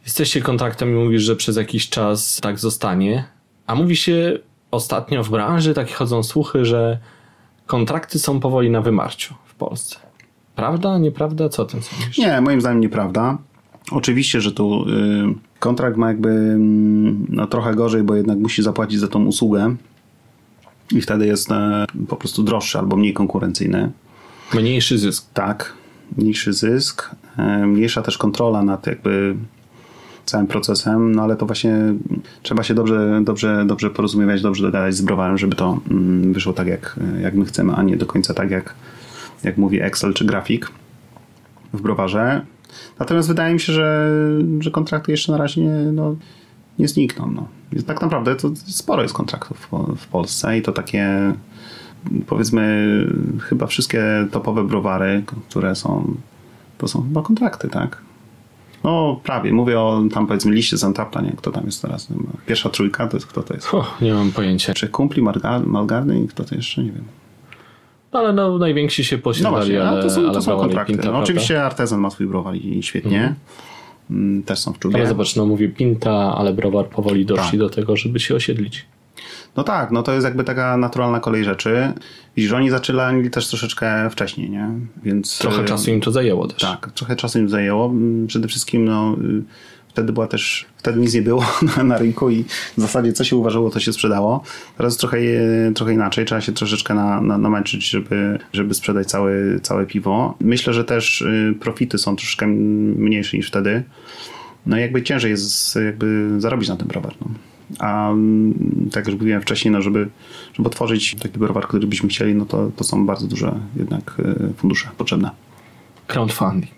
Jesteście kontraktem i mówisz, że przez jakiś czas tak zostanie, a mówi się ostatnio w branży, takie chodzą słuchy, że kontrakty są powoli na wymarciu w Polsce. Prawda? Nieprawda? Co o tym sądzisz? Nie, moim zdaniem nieprawda. Oczywiście, że tu kontrakt ma jakby trochę gorzej, bo jednak musi zapłacić za tą usługę i wtedy jest po prostu droższy albo mniej konkurencyjny. Mniejszy zysk. Tak, mniejszy zysk, mniejsza też kontrola nad jakby całym procesem, no ale to właśnie trzeba się dobrze porozumiewać, dobrze dogadać z browarem, żeby to wyszło tak jak my chcemy, a nie do końca tak jak mówi Excel czy grafik w browarze. Natomiast wydaje mi się, że kontrakty jeszcze na razie nie znikną. No. Tak naprawdę to sporo jest kontraktów w Polsce i to takie, powiedzmy, chyba wszystkie topowe browary, które są, to są chyba kontrakty, tak? No prawie. Mówię o tam powiedzmy liście z Antapta, nie? Kto tam jest teraz? Pierwsza trójka, to jest kto to jest? Nie mam pojęcia. Czy Kumpli, Malgarny i kto to jeszcze? Nie wiem. Ale najwięksi się posiadali, właśnie, ale to są kontrakty. Pinta, oczywiście Artezan ma swój browar i świetnie. Też są w czubie. Ale zobacz, mówię Pinta, ale browar powoli doszli do tego, żeby się osiedlić. No tak, to jest jakby taka naturalna kolej rzeczy. Widzisz, oni zaczynali też troszeczkę wcześniej, nie? Więc trochę czasu im to zajęło też. Tak, trochę czasu im zajęło. Przede wszystkim wtedy nic nie było na rynku i w zasadzie co się uważało, to się sprzedało. Teraz trochę inaczej. Trzeba się troszeczkę namęczyć, żeby sprzedać całe piwo. Myślę, że też profity są troszeczkę mniejsze niż wtedy. No i jakby ciężej jest jakby zarobić na tym browar. No. A tak jak już mówiłem wcześniej, żeby otworzyć taki browar, który byśmy chcieli, no to są bardzo duże jednak fundusze potrzebne. Crowdfunding.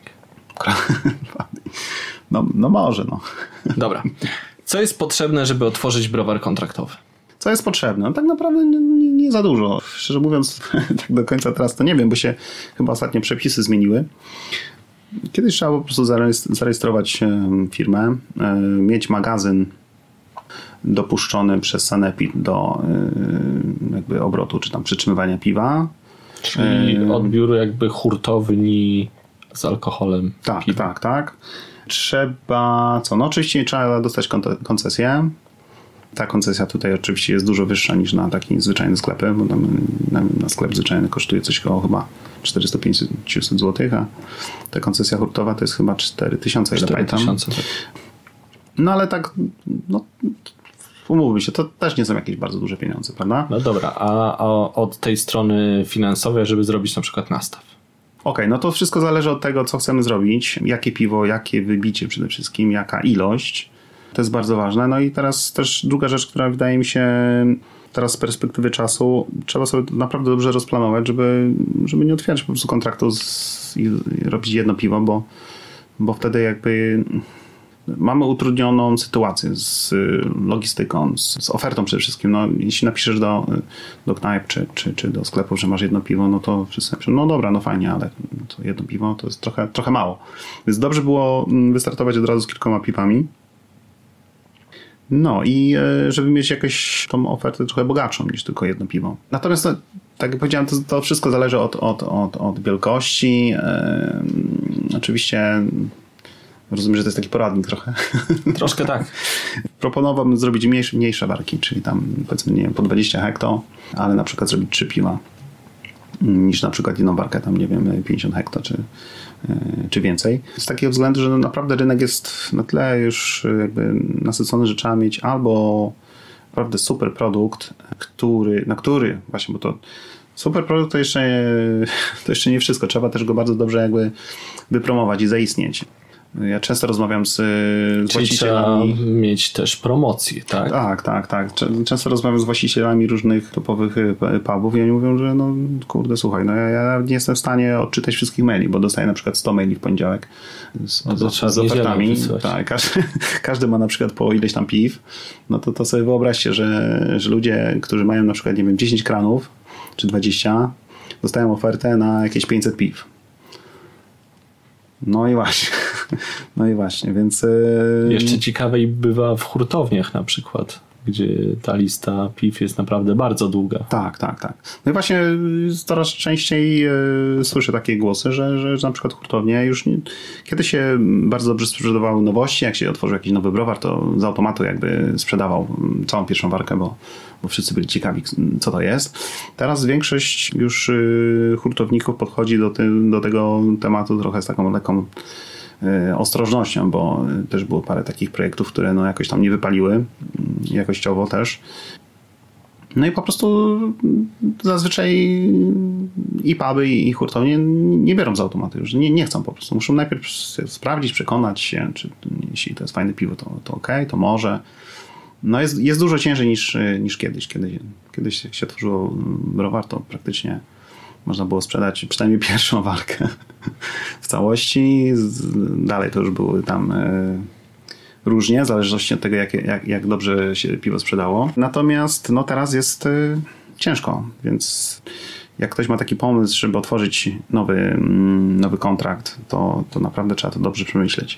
No może, no. Dobra. Co jest potrzebne, żeby otworzyć browar kontraktowy? Co jest potrzebne? No tak naprawdę nie za dużo. Szczerze mówiąc, tak do końca teraz to nie wiem, bo się chyba ostatnio przepisy zmieniły. Kiedyś trzeba po prostu zarejestrować firmę, mieć magazyn dopuszczony przez Sanepid do jakby obrotu, czy tam przytrzymywania piwa. Czyli odbiór jakby hurtowni z alkoholem. Tak. Trzeba, oczywiście trzeba dostać koncesję. Ta koncesja tutaj oczywiście jest dużo wyższa niż na taki zwyczajny sklep, bo na sklep zwyczajny kosztuje coś około chyba 400-500 zł, a ta koncesja hurtowa to jest chyba 4000, ile pamiętam. 4000, tak. No ale tak, umówmy się, to też nie są jakieś bardzo duże pieniądze, prawda? No dobra, a od tej strony finansowej, żeby zrobić na przykład nastaw? Okej, no to wszystko zależy od tego, co chcemy zrobić, jakie piwo, jakie wybicie przede wszystkim, jaka ilość. To jest bardzo ważne. No i teraz też druga rzecz, która wydaje mi się teraz z perspektywy czasu, trzeba sobie naprawdę dobrze rozplanować, żeby nie otwierać po prostu kontraktu i robić jedno piwo, bo wtedy jakby mamy utrudnioną sytuację z logistyką, z ofertą przede wszystkim. No, jeśli napiszesz do knajp czy do sklepów, że masz jedno piwo, no to wszyscy napiszą, no dobra, no fajnie, ale to jedno piwo to jest trochę mało. Więc dobrze było wystartować od razu z kilkoma piwami. No i żeby mieć jakąś tą ofertę trochę bogatszą niż tylko jedno piwo. Natomiast tak jak powiedziałem, to wszystko zależy od wielkości. Oczywiście rozumiem, że to jest taki poradnik trochę. Troszkę tak. Proponowałbym zrobić mniejsze barki, czyli tam powiedzmy, nie wiem, po 20 hekto, ale na przykład zrobić 3 piwa niż na przykład jedną barkę, tam nie wiem, 50 hekto czy więcej. Z takiego względu, że naprawdę rynek jest na tyle już jakby nasycony, że trzeba mieć albo naprawdę super produkt, który właśnie, bo to super produkt to jeszcze nie wszystko. Trzeba też go bardzo dobrze jakby wypromować i zaistnieć. Ja często rozmawiam z właścicielami. Trzeba mieć też promocję, tak? Tak. Często rozmawiam z właścicielami różnych topowych pubów i oni mówią, że no kurde, słuchaj, no ja nie jestem w stanie odczytać wszystkich maili, bo dostaję na przykład 100 maili w poniedziałek z ofertami. Tak, każdy ma na przykład po ileś tam piw. No to sobie wyobraźcie, że ludzie, którzy mają na przykład, nie wiem, 10 kranów czy 20, dostają ofertę na jakieś 500 piw. No i właśnie, więc... Jeszcze ciekawej bywa w hurtowniach na przykład. gdzie ta lista piw jest naprawdę bardzo długa. Tak. No i właśnie coraz częściej słyszę takie głosy, że na przykład hurtownie już kiedy się bardzo dobrze sprzedawały nowości, jak się otworzył jakiś nowy browar, to z automatu jakby sprzedawał całą pierwszą warkę, bo wszyscy byli ciekawi, co to jest. Teraz większość już hurtowników podchodzi do tego tematu trochę z taką lekką ostrożnością, bo też było parę takich projektów, które no jakoś tam nie wypaliły, jakościowo też. No i po prostu zazwyczaj i puby, i hurtownie nie biorą z automatu już. Nie chcą po prostu. Muszą najpierw sprawdzić, przekonać się, czy jeśli to jest fajne piwo, to okej, to może. No jest dużo ciężej niż kiedyś. Kiedyś jak się otworzyło browar, to praktycznie można było sprzedać przynajmniej pierwszą warkę w całości. Dalej to już były tam różnie, w zależności od tego, jak dobrze się piwo sprzedało. Natomiast no teraz jest ciężko, więc jak ktoś ma taki pomysł, żeby otworzyć nowy kontrakt, to naprawdę trzeba to dobrze przemyśleć.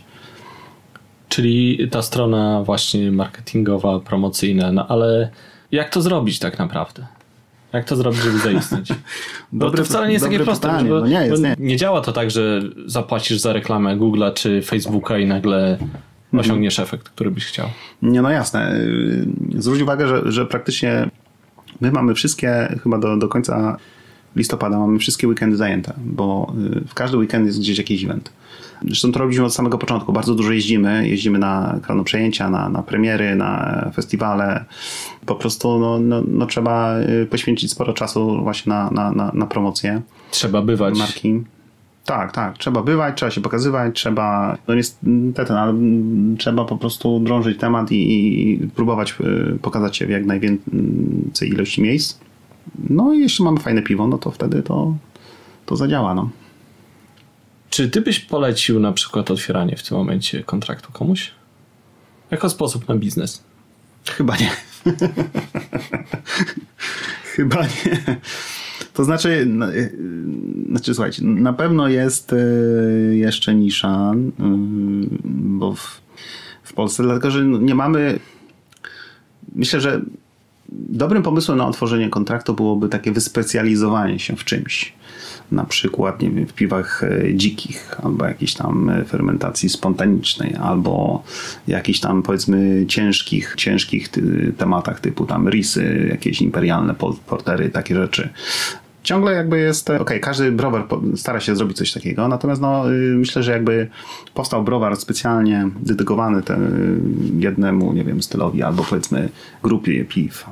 Czyli ta strona właśnie marketingowa, promocyjna, no ale jak to zrobić tak naprawdę? Jak to zrobić, żeby zaistnieć? Bo to wcale nie jest takie proste. Pytanie, bo nie. Nie działa to tak, że zapłacisz za reklamę Google'a czy Facebooka i nagle osiągniesz efekt, który byś chciał. Nie, no jasne. Zwróć uwagę, że praktycznie my mamy wszystkie, chyba do końca listopada mamy wszystkie weekendy zajęte, bo w każdy weekend jest gdzieś jakiś event. Zresztą to robiliśmy od samego początku. Bardzo dużo jeździmy na przejęcia, na premiery, na festiwale. Po prostu no trzeba poświęcić sporo czasu właśnie na promocję. Trzeba bywać. Marki. Tak. Trzeba bywać, trzeba się pokazywać, trzeba, no niestety, ale trzeba po prostu drążyć temat i próbować pokazać się w jak najwięcej ilości miejsc. No i jeśli mamy fajne piwo, no to wtedy to zadziała, no. Czy ty byś polecił na przykład otwieranie w tym momencie kontraktu komuś? Jako sposób na biznes? Chyba nie. Chyba nie. To znaczy, słuchajcie, na pewno jest jeszcze nisza, bo w Polsce, dlatego że nie mamy... Myślę, że dobrym pomysłem na otworzenie kontraktu byłoby takie wyspecjalizowanie się w czymś. Na przykład, nie wiem, w piwach dzikich, albo jakiejś tam fermentacji spontanicznej, albo jakichś tam, powiedzmy, ciężkich tematach typu tam risy, jakieś imperialne portery, takie rzeczy. Ciągle jakby jest, każdy browar stara się zrobić coś takiego, natomiast myślę, że jakby powstał browar specjalnie dedykowany jednemu, nie wiem, stylowi, albo powiedzmy grupie piw,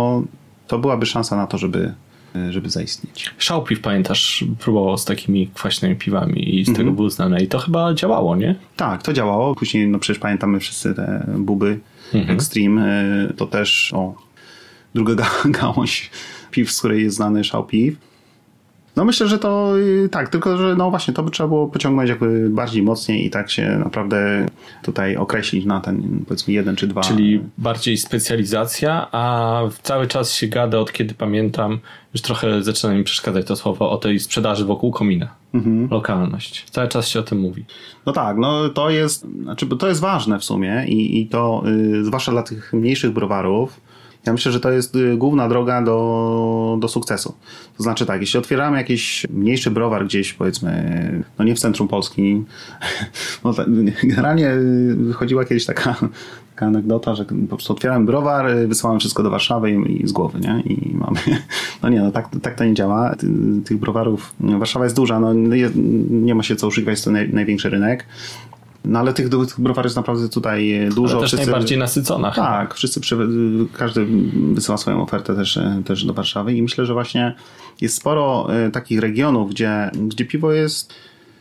to byłaby szansa na to, żeby zaistnieć. Szałpiw, pamiętasz, próbował z takimi kwaśnymi piwami i z tego był znane i to chyba działało, nie? Tak, to działało. Później, przecież pamiętamy wszyscy te buby Extreme, to też druga gałąź piw, z której jest znany Szałpiw. No myślę, że to tak, tylko że no właśnie to by trzeba było pociągnąć jakby bardziej mocniej i tak się naprawdę tutaj określić na ten, powiedzmy, 1 czy 2. Czyli bardziej specjalizacja, a cały czas się gada, od kiedy pamiętam, już trochę zaczyna mi przeszkadzać to słowo, o tej sprzedaży wokół komina. Lokalność. Cały czas się o tym mówi. No tak, no to jest ważne w sumie i to zwłaszcza dla tych mniejszych browarów. Ja myślę, że to jest główna droga do sukcesu. To znaczy tak, jeśli otwieramy jakiś mniejszy browar gdzieś, powiedzmy, no nie w centrum Polski, no generalnie chodziła kiedyś taka anegdota, że po prostu otwieramy browar, wysyłamy wszystko do Warszawy i z głowy, nie? I mamy... No nie, no tak to nie działa. Tych browarów... Warszawa jest duża, no nie ma się co oszukiwać, jest to największy rynek. No ale tych browarów jest naprawdę tutaj dużo. Ale też najbardziej nasycona. Tak, każdy wysyła swoją ofertę też do Warszawy i myślę, że właśnie jest sporo takich regionów, gdzie piwo jest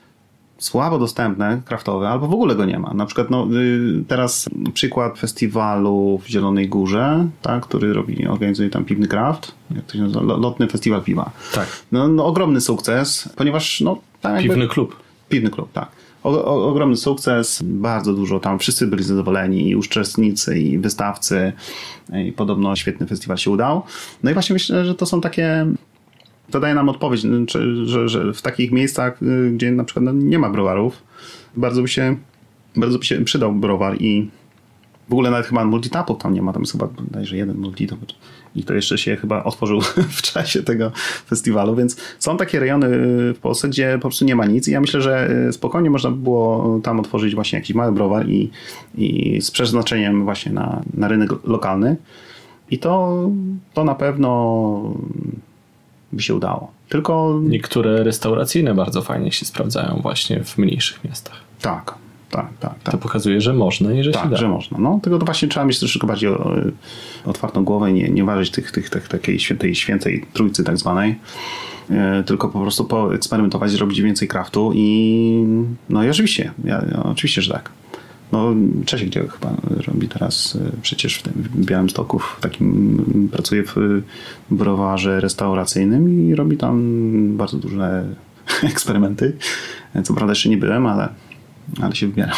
słabo dostępne, kraftowe, albo w ogóle go nie ma. Na przykład teraz przykład festiwalu w Zielonej Górze, tak, który organizuje tam Piwny Kraft, jak to się nazywa, Lotny Festiwal Piwa. Tak. No ogromny sukces, ponieważ tam jakby... Piwny klub, tak. Ogromny sukces, bardzo dużo tam, wszyscy byli zadowoleni, i uczestnicy, i wystawcy, i podobno świetny festiwal się udał. No i właśnie myślę, że to są takie, to daje nam odpowiedź, że w takich miejscach, gdzie na przykład nie ma browarów, bardzo by się przydał browar i W ogóle nawet chyba multitapów tam nie ma, tam jest chyba bodajże jeden multitap i to jeszcze się chyba otworzył w czasie tego festiwalu, więc są takie rejony w Polsce, gdzie po prostu nie ma nic i ja myślę, że spokojnie można by było tam otworzyć właśnie jakiś mały browar i z przeznaczeniem właśnie na rynek lokalny i to na pewno by się udało. Tylko niektóre restauracyjne bardzo fajnie się sprawdzają właśnie w mniejszych miastach. Tak. To pokazuje, że można i że się da. Że można. No, tylko to właśnie trzeba mieć troszeczkę bardziej otwartą głowę i nie ważyć takiej świętej trójcy tak zwanej, tylko po prostu poeksperymentować, zrobić więcej craftu i no i oczywiście, oczywiście, że tak. No Czesiek gdzie chyba robi teraz przecież w Białymstoku, pracuje w browarze restauracyjnym i robi tam bardzo duże eksperymenty. Co prawda jeszcze nie byłem, ale się wybieram.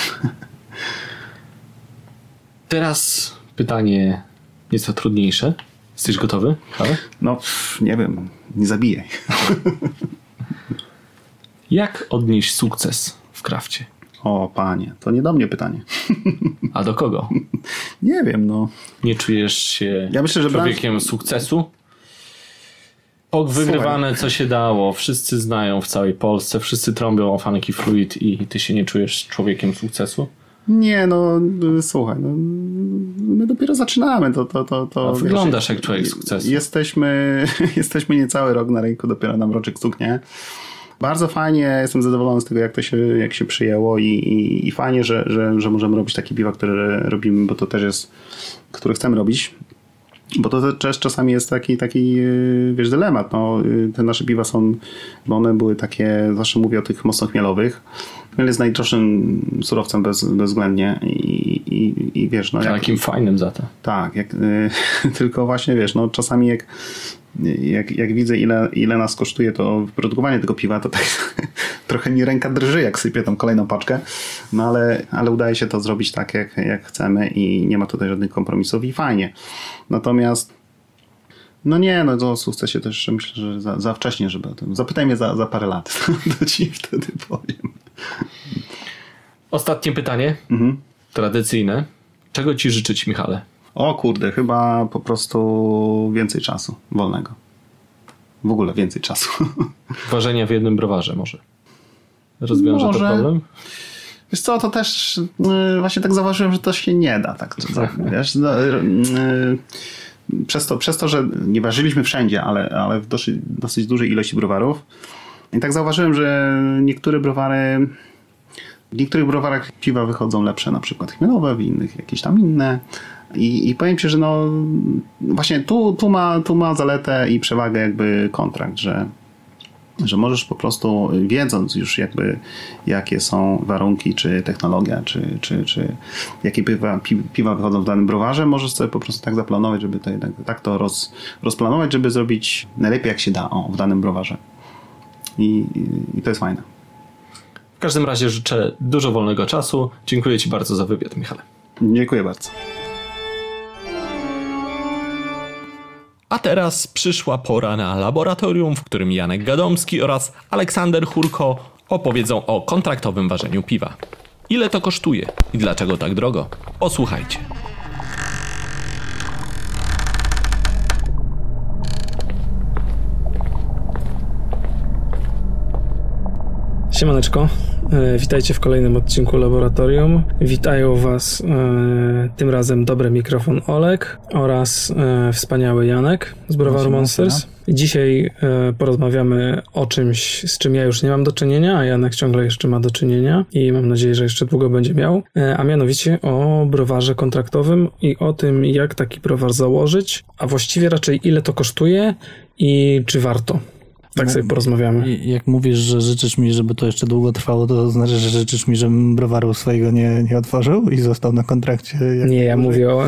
Teraz pytanie nieco trudniejsze. Jesteś gotowy? No, nie wiem. Nie zabijaj. Jak odnieść sukces w krafcie? O, panie. To nie do mnie pytanie. A do kogo? Nie wiem, no. Nie czujesz się myślę, że człowiekiem sukcesu? Wygrywane co się dało, wszyscy znają w całej Polsce, wszyscy trąbią o Funky Fluid i ty się nie czujesz człowiekiem sukcesu? Nie, no słuchaj, no, my dopiero zaczynamy. A wyglądasz jak człowiek sukcesu. Jesteśmy niecały rok na rynku, dopiero nam roczek stuknie. Bardzo fajnie, jestem zadowolony z tego, jak się przyjęło i fajnie, że możemy robić takie piwa, które robimy, bo to też jest, które chcemy robić. Bo to też czasami jest taki wiesz, dylemat. No, te nasze piwa bo one były takie, zawsze mówię o tych mocno chmielowych. Chmiel jest najdroższym surowcem bezwzględnie i wiesz, no. Takim fajnym za to. Tak, tylko właśnie wiesz, no czasami jak widzę ile nas kosztuje to wyprodukowanie tego piwa, to tak trochę mi ręka drży, jak sypię tą kolejną paczkę, no ale udaje się to zrobić tak jak chcemy i nie ma tutaj żadnych kompromisów i fajnie. Natomiast to o sukcesie też myślę, że za wcześnie, żeby o tym. Zapytaj mnie za parę lat, to ci wtedy powiem. Ostatnie pytanie, tradycyjne. Czego ci życzyć, Michale? O kurde, chyba po prostu więcej czasu wolnego. W ogóle więcej czasu. Ważenia w jednym browarze może. Rozwiąże to problem? Wiesz co, to też właśnie tak zauważyłem, że to się nie da. Tak, wiesz, przez to, że nie ważyliśmy wszędzie, ale w dosyć dużej ilości browarów. I tak zauważyłem, że w niektórych browarach piwa wychodzą lepsze, na przykład chmielowe, w innych jakieś tam inne. I powiem ci, że no właśnie tu ma zaletę i przewagę jakby kontrakt, że możesz po prostu, wiedząc już jakby jakie są warunki, czy technologia, czy jakie piwa wychodzą w danym browarze, możesz sobie po prostu tak zaplanować, żeby to rozplanować, żeby zrobić najlepiej jak się da w danym browarze. I to jest fajne. W każdym razie życzę dużo wolnego czasu. Dziękuję ci bardzo za wywiad, Michale. Dziękuję bardzo. A teraz przyszła pora na laboratorium, w którym Janek Gadomski oraz Aleksander Hurko opowiedzą o kontraktowym ważeniu piwa. Ile to kosztuje i dlaczego tak drogo? Posłuchajcie. Siemaneczko, witajcie w kolejnym odcinku Laboratorium. Witają Was tym razem dobry mikrofon Olek oraz wspaniały Janek z browaru Monsters. Dzisiaj porozmawiamy o czymś, z czym ja już nie mam do czynienia, a Janek ciągle jeszcze ma do czynienia i mam nadzieję, że jeszcze długo będzie miał, a mianowicie o browarze kontraktowym i o tym, jak taki browar założyć, a właściwie raczej ile to kosztuje i czy warto. Tak sobie porozmawiamy. Jak mówisz, że życzysz mi, żeby to jeszcze długo trwało, to znaczy, że życzysz mi, żebym browaru swojego nie otworzył i został na kontrakcie? Nie, ja mówię o...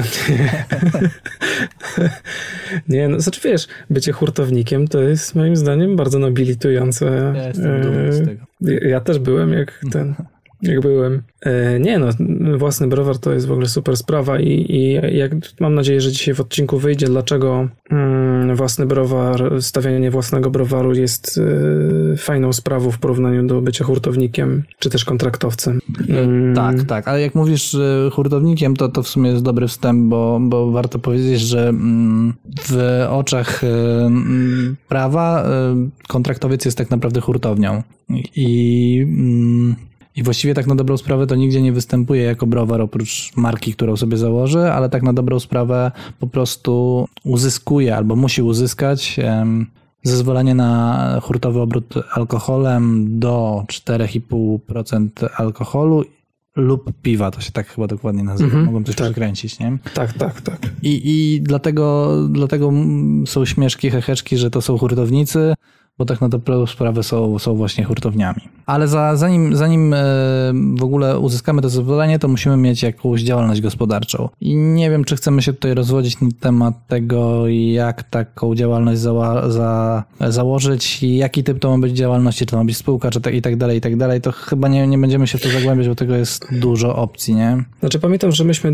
Nie, no znaczy wiesz, bycie hurtownikiem to jest moim zdaniem bardzo nobilitujące. Ja jestem dumny z tego. Ja też byłem jak Jak byłem. Nie no, własny browar to jest w ogóle super sprawa i mam nadzieję, że dzisiaj w odcinku wyjdzie, dlaczego własny browar, stawianie własnego browaru jest fajną sprawą w porównaniu do bycia hurtownikiem, czy też kontraktowcem. Tak, ale jak mówisz hurtownikiem, to w sumie jest dobry wstęp, bo warto powiedzieć, że w oczach prawa kontraktowiec jest tak naprawdę hurtownią i właściwie tak na dobrą sprawę to nigdzie nie występuje jako browar oprócz marki, którą sobie założy, ale tak na dobrą sprawę po prostu uzyskuje albo musi uzyskać zezwolenie na hurtowy obrót alkoholem do 4,5% alkoholu lub piwa, to się tak chyba dokładnie nazywa. Mogą coś przekręcić, nie? Tak. I dlatego są śmieszki, heheszki, że to są hurtownicy, bo tak na dobrą sprawę są właśnie hurtowniami. Ale zanim w ogóle uzyskamy to zezwolenie, to musimy mieć jakąś działalność gospodarczą. I nie wiem, czy chcemy się tutaj rozwodzić na temat tego, jak taką działalność założyć i jaki typ to ma być działalności, czy to ma być spółka, czy i tak dalej. To chyba nie będziemy się w to zagłębiać, bo tego jest dużo opcji, nie? Znaczy pamiętam, że myśmy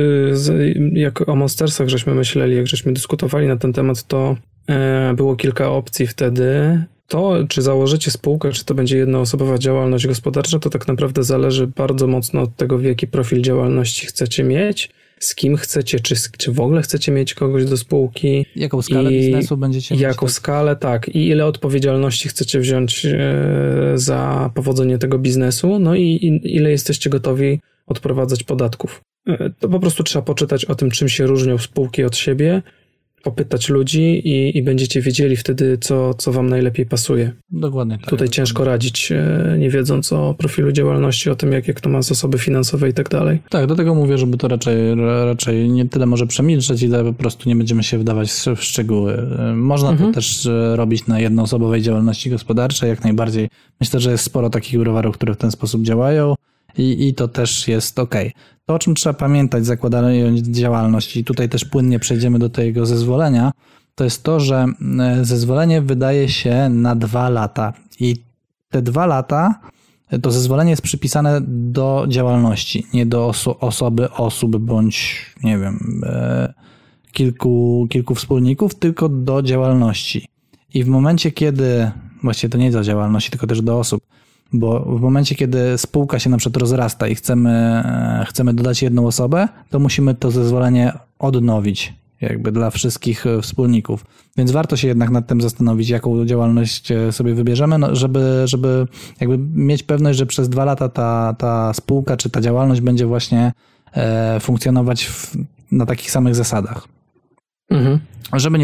jak o Monstersach żeśmy myśleli, jak żeśmy dyskutowali na ten temat, to było kilka opcji wtedy. To, czy założycie spółkę, czy to będzie jednoosobowa działalność gospodarcza, to tak naprawdę zależy bardzo mocno od tego, jaki profil działalności chcecie mieć, z kim chcecie, czy w ogóle chcecie mieć kogoś do spółki. Jaką skalę biznesu będziecie mieć? Jaką skalę, tak. I ile odpowiedzialności chcecie wziąć za powodzenie tego biznesu, no i ile jesteście gotowi odprowadzać podatków. To po prostu trzeba poczytać o tym, czym się różnią spółki od siebie, popytać ludzi i będziecie wiedzieli wtedy, co wam najlepiej pasuje. Dokładnie tak. Tutaj ciężko radzić, nie wiedząc o profilu działalności, o tym, jak to ma zasoby finansowe i tak dalej. Tak, do tego mówię, żeby to raczej nie tyle może przemilczeć, ile po prostu nie będziemy się wdawać w szczegóły. Można to też robić na jednoosobowej działalności gospodarczej, jak najbardziej. Myślę, że jest sporo takich browarów, które w ten sposób działają i to też jest okej. To, o czym trzeba pamiętać, zakładając działalność, i tutaj też płynnie przejdziemy do tego zezwolenia, to jest to, że zezwolenie wydaje się na 2 lata i te 2 lata to zezwolenie jest przypisane do działalności, nie do osób bądź, nie wiem, kilku wspólników, tylko do działalności. I w momencie, kiedy, właściwie to nie do działalności, tylko też do osób, bo w momencie, kiedy spółka się na przykład rozrasta i chcemy dodać jedną osobę, to musimy to zezwolenie odnowić jakby dla wszystkich wspólników. Więc warto się jednak nad tym zastanowić, jaką działalność sobie wybierzemy, no żeby jakby mieć pewność, że przez 2 lata ta spółka czy ta działalność będzie właśnie funkcjonować na takich samych zasadach. Żeby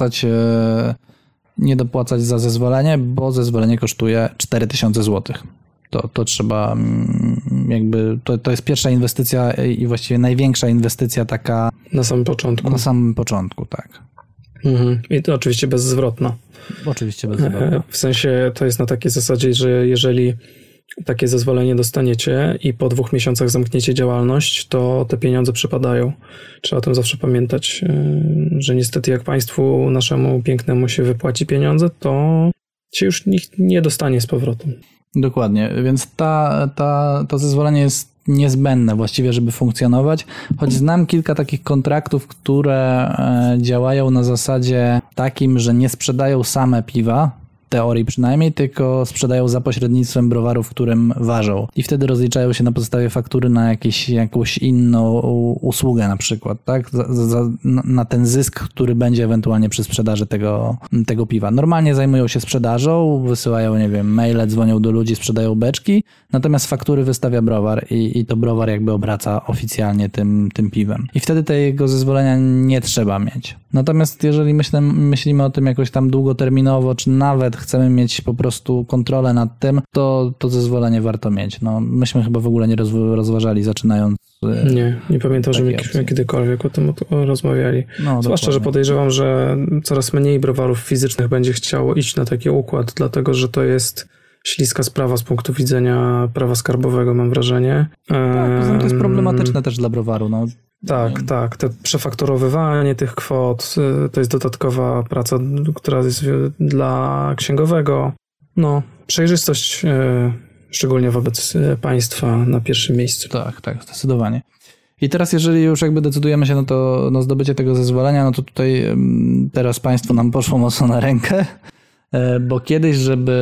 nie dopłacać za zezwolenie, bo zezwolenie kosztuje 4000 zł. To trzeba jakby, to jest pierwsza inwestycja i właściwie największa inwestycja taka... Na samym początku. Na samym początku, tak. I to oczywiście bezzwrotna. Oczywiście bezzwrotna. W sensie to jest na takiej zasadzie, że jeżeli takie zezwolenie dostaniecie i po 2 miesiącach zamkniecie działalność, to te pieniądze przypadają. Trzeba o tym zawsze pamiętać, że niestety jak państwu naszemu pięknemu się wypłaci pieniądze, to się już nikt nie dostanie z powrotem. Dokładnie, więc to zezwolenie jest niezbędne właściwie, żeby funkcjonować, choć znam kilka takich kontraktów, które działają na zasadzie takim, że nie sprzedają same piwa, teorii przynajmniej, tylko sprzedają za pośrednictwem browaru, w którym ważą. I wtedy rozliczają się na podstawie faktury na jakąś inną usługę na przykład, tak? Na ten zysk, który będzie ewentualnie przy sprzedaży tego piwa. Normalnie zajmują się sprzedażą, wysyłają, nie wiem, maile, dzwonią do ludzi, sprzedają beczki, natomiast faktury wystawia browar i to browar jakby obraca oficjalnie tym piwem. I wtedy tego zezwolenia nie trzeba mieć. Natomiast jeżeli myślimy o tym jakoś tam długoterminowo, czy nawet chcemy mieć po prostu kontrolę nad tym, to zezwolenie warto mieć. No, myśmy chyba w ogóle nie rozważali, zaczynając... Nie pamiętam, że myśmy kiedykolwiek o tym rozmawiali. No, zwłaszcza, że podejrzewam, że coraz mniej browarów fizycznych będzie chciało iść na taki układ, dlatego, że to jest śliska sprawa z punktu widzenia prawa skarbowego, mam wrażenie. Tak, poza tym to jest problematyczne też dla browaru, no. Tak. To przefaktorowywanie tych kwot to jest dodatkowa praca, która jest dla księgowego. No, przejrzystość szczególnie wobec państwa na pierwszym miejscu. Tak, zdecydowanie. I teraz jeżeli już jakby decydujemy się na to, na zdobycie tego zezwolenia, no to tutaj teraz państwo nam poszło mocno na rękę, bo kiedyś,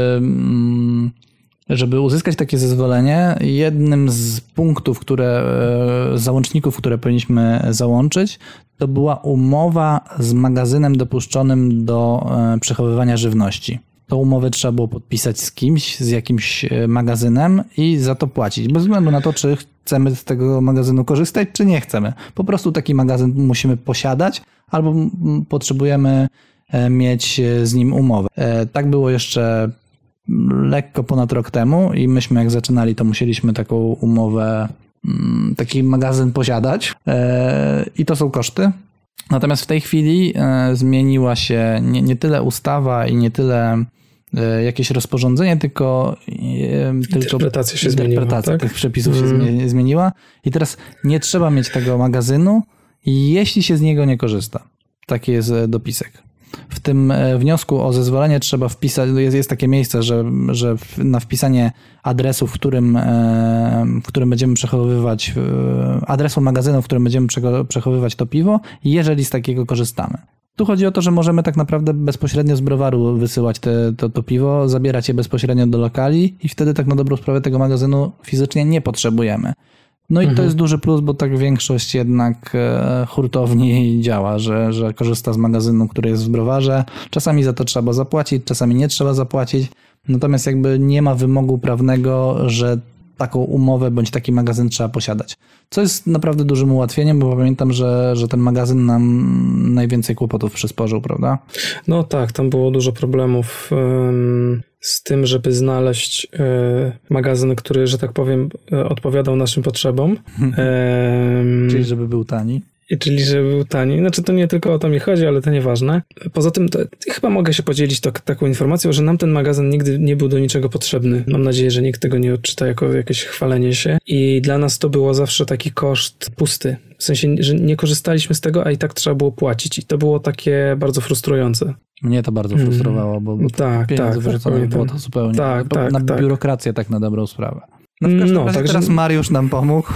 żeby uzyskać takie zezwolenie, jednym z punktów, załączników, które powinniśmy załączyć, to była umowa z magazynem dopuszczonym do przechowywania żywności. Tą umowę trzeba było podpisać z kimś, z jakimś magazynem i za to płacić, bez względu na to, czy chcemy z tego magazynu korzystać, czy nie chcemy. Po prostu taki magazyn musimy posiadać albo potrzebujemy mieć z nim umowę. Tak było jeszcze lekko ponad rok temu i myśmy jak zaczynali, to musieliśmy taką umowę, taki magazyn posiadać i to są koszty. Natomiast w tej chwili zmieniła się nie tyle ustawa i nie tyle jakieś rozporządzenie, tylko interpretacja się zmieniła, tak? Tych przepisów się zmieniła i teraz nie trzeba mieć tego magazynu, jeśli się z niego nie korzysta. Taki jest dopisek. W tym wniosku o zezwolenie trzeba wpisać, jest takie miejsce, że na wpisanie adresu, w którym będziemy przechowywać, adresu magazynu, w którym będziemy przechowywać to piwo, jeżeli z takiego korzystamy. Tu chodzi o to, że możemy tak naprawdę bezpośrednio z browaru wysyłać to piwo, zabierać je bezpośrednio do lokali i wtedy tak na dobrą sprawę tego magazynu fizycznie nie potrzebujemy. No i to jest duży plus, bo tak większość jednak hurtowni działa, że korzysta z magazynu, który jest w browarze. Czasami za to trzeba zapłacić, czasami nie trzeba zapłacić. Natomiast jakby nie ma wymogu prawnego, że taką umowę bądź taki magazyn trzeba posiadać. Co jest naprawdę dużym ułatwieniem, bo pamiętam, że ten magazyn nam najwięcej kłopotów przysporzył, prawda? No tak, tam było dużo problemów z tym, żeby znaleźć magazyn, który, że tak powiem, odpowiadał naszym potrzebom. Czyli żeby był tani. Czyli żeby był tani. Znaczy to nie tylko o to mi chodzi, ale to nieważne. Poza tym chyba mogę się podzielić taką informacją, że nam ten magazyn nigdy nie był do niczego potrzebny. Mam nadzieję, że nikt tego nie odczyta jako jakieś chwalenie się. I dla nas to było zawsze taki koszt pusty. W sensie, że nie korzystaliśmy z tego, a i tak trzeba było płacić. I to było takie bardzo frustrujące. Mnie to bardzo frustrowało, bo pieniądze wyrzucone było to zupełnie na biurokrację, tak na dobrą sprawę. No w każdym razie teraz Mariusz nam pomógł.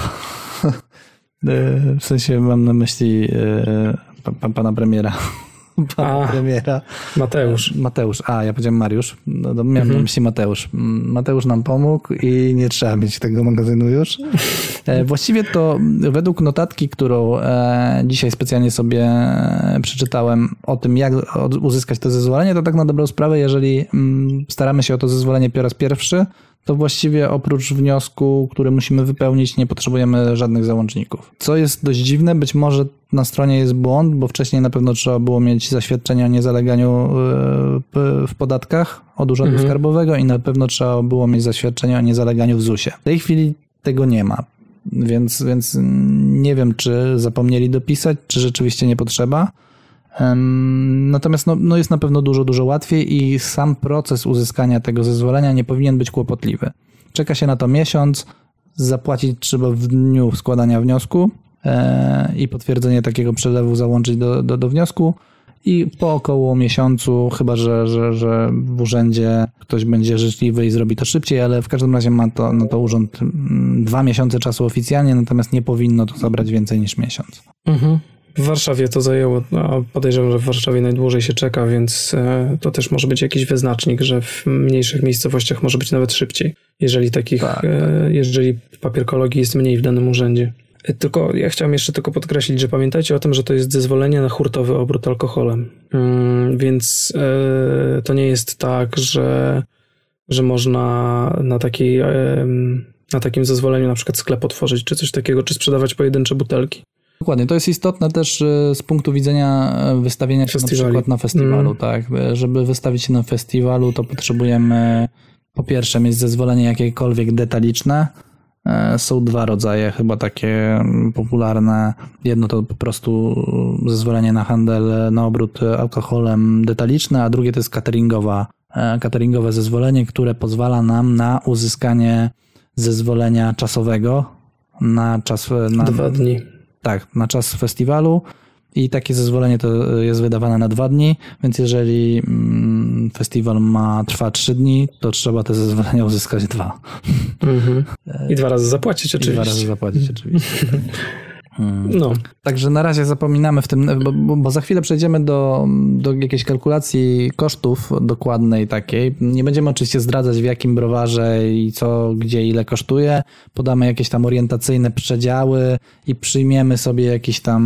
W sensie mam na myśli pana premiera. Premiera. Mateusz. Ja powiedziałem Mariusz. No, miałem na myśli Mateusz. Mateusz nam pomógł i nie trzeba mieć tego magazynu już. Właściwie to według notatki, którą dzisiaj specjalnie sobie przeczytałem o tym, jak uzyskać to zezwolenie, to tak na dobrą sprawę, jeżeli staramy się o to zezwolenie po raz pierwszy, to właściwie oprócz wniosku, który musimy wypełnić, nie potrzebujemy żadnych załączników. Co jest dość dziwne, być może na stronie jest błąd, bo wcześniej na pewno trzeba było mieć zaświadczenie o niezaleganiu w podatkach od Urzędu Skarbowego i na pewno trzeba było mieć zaświadczenie o niezaleganiu w ZUS-ie. W tej chwili tego nie ma, więc nie wiem, czy zapomnieli dopisać, czy rzeczywiście nie potrzeba. Natomiast jest na pewno dużo łatwiej i sam proces uzyskania tego zezwolenia nie powinien być kłopotliwy. Czeka się na to miesiąc, zapłacić trzeba w dniu składania wniosku i potwierdzenie takiego przelewu załączyć do wniosku i po około miesiącu, chyba że w urzędzie ktoś będzie życzliwy i zrobi to szybciej, ale w każdym razie ma to urząd 2 miesiące czasu oficjalnie, natomiast nie powinno to zabrać więcej niż miesiąc. W Warszawie to zajęło, podejrzewam, że w Warszawie najdłużej się czeka, więc to też może być jakiś wyznacznik, że w mniejszych miejscowościach może być nawet szybciej, jeżeli jeżeli papierkologii jest mniej w danym urzędzie. Tylko ja chciałem jeszcze podkreślić, że pamiętajcie o tym, że to jest zezwolenie na hurtowy obrót alkoholem, więc to nie jest tak, że można na takim zezwoleniu na przykład sklep otworzyć, czy coś takiego, czy sprzedawać pojedyncze butelki. Dokładnie, to jest istotne też z punktu widzenia wystawienia się na przykład na festiwalu, tak. Żeby wystawić się na festiwalu, to potrzebujemy po pierwsze mieć zezwolenie jakiekolwiek detaliczne. Są 2 rodzaje chyba takie popularne. Jedno to po prostu zezwolenie na handel, na obrót alkoholem detaliczny, a drugie to jest cateringowe zezwolenie, które pozwala nam na uzyskanie zezwolenia czasowego na czas... 2 dni. Tak, na czas festiwalu i takie zezwolenie to jest wydawane na 2 dni, więc jeżeli festiwal trwa 3 dni, to trzeba te zezwolenia uzyskać 2. I 2 razy zapłacić oczywiście. 2 razy zapłacić oczywiście. No. Także na razie zapominamy w tym, bo za chwilę przejdziemy do jakiejś kalkulacji kosztów dokładnej takiej. Nie będziemy oczywiście zdradzać, w jakim browarze i co, gdzie, ile kosztuje. Podamy jakieś tam orientacyjne przedziały i przyjmiemy sobie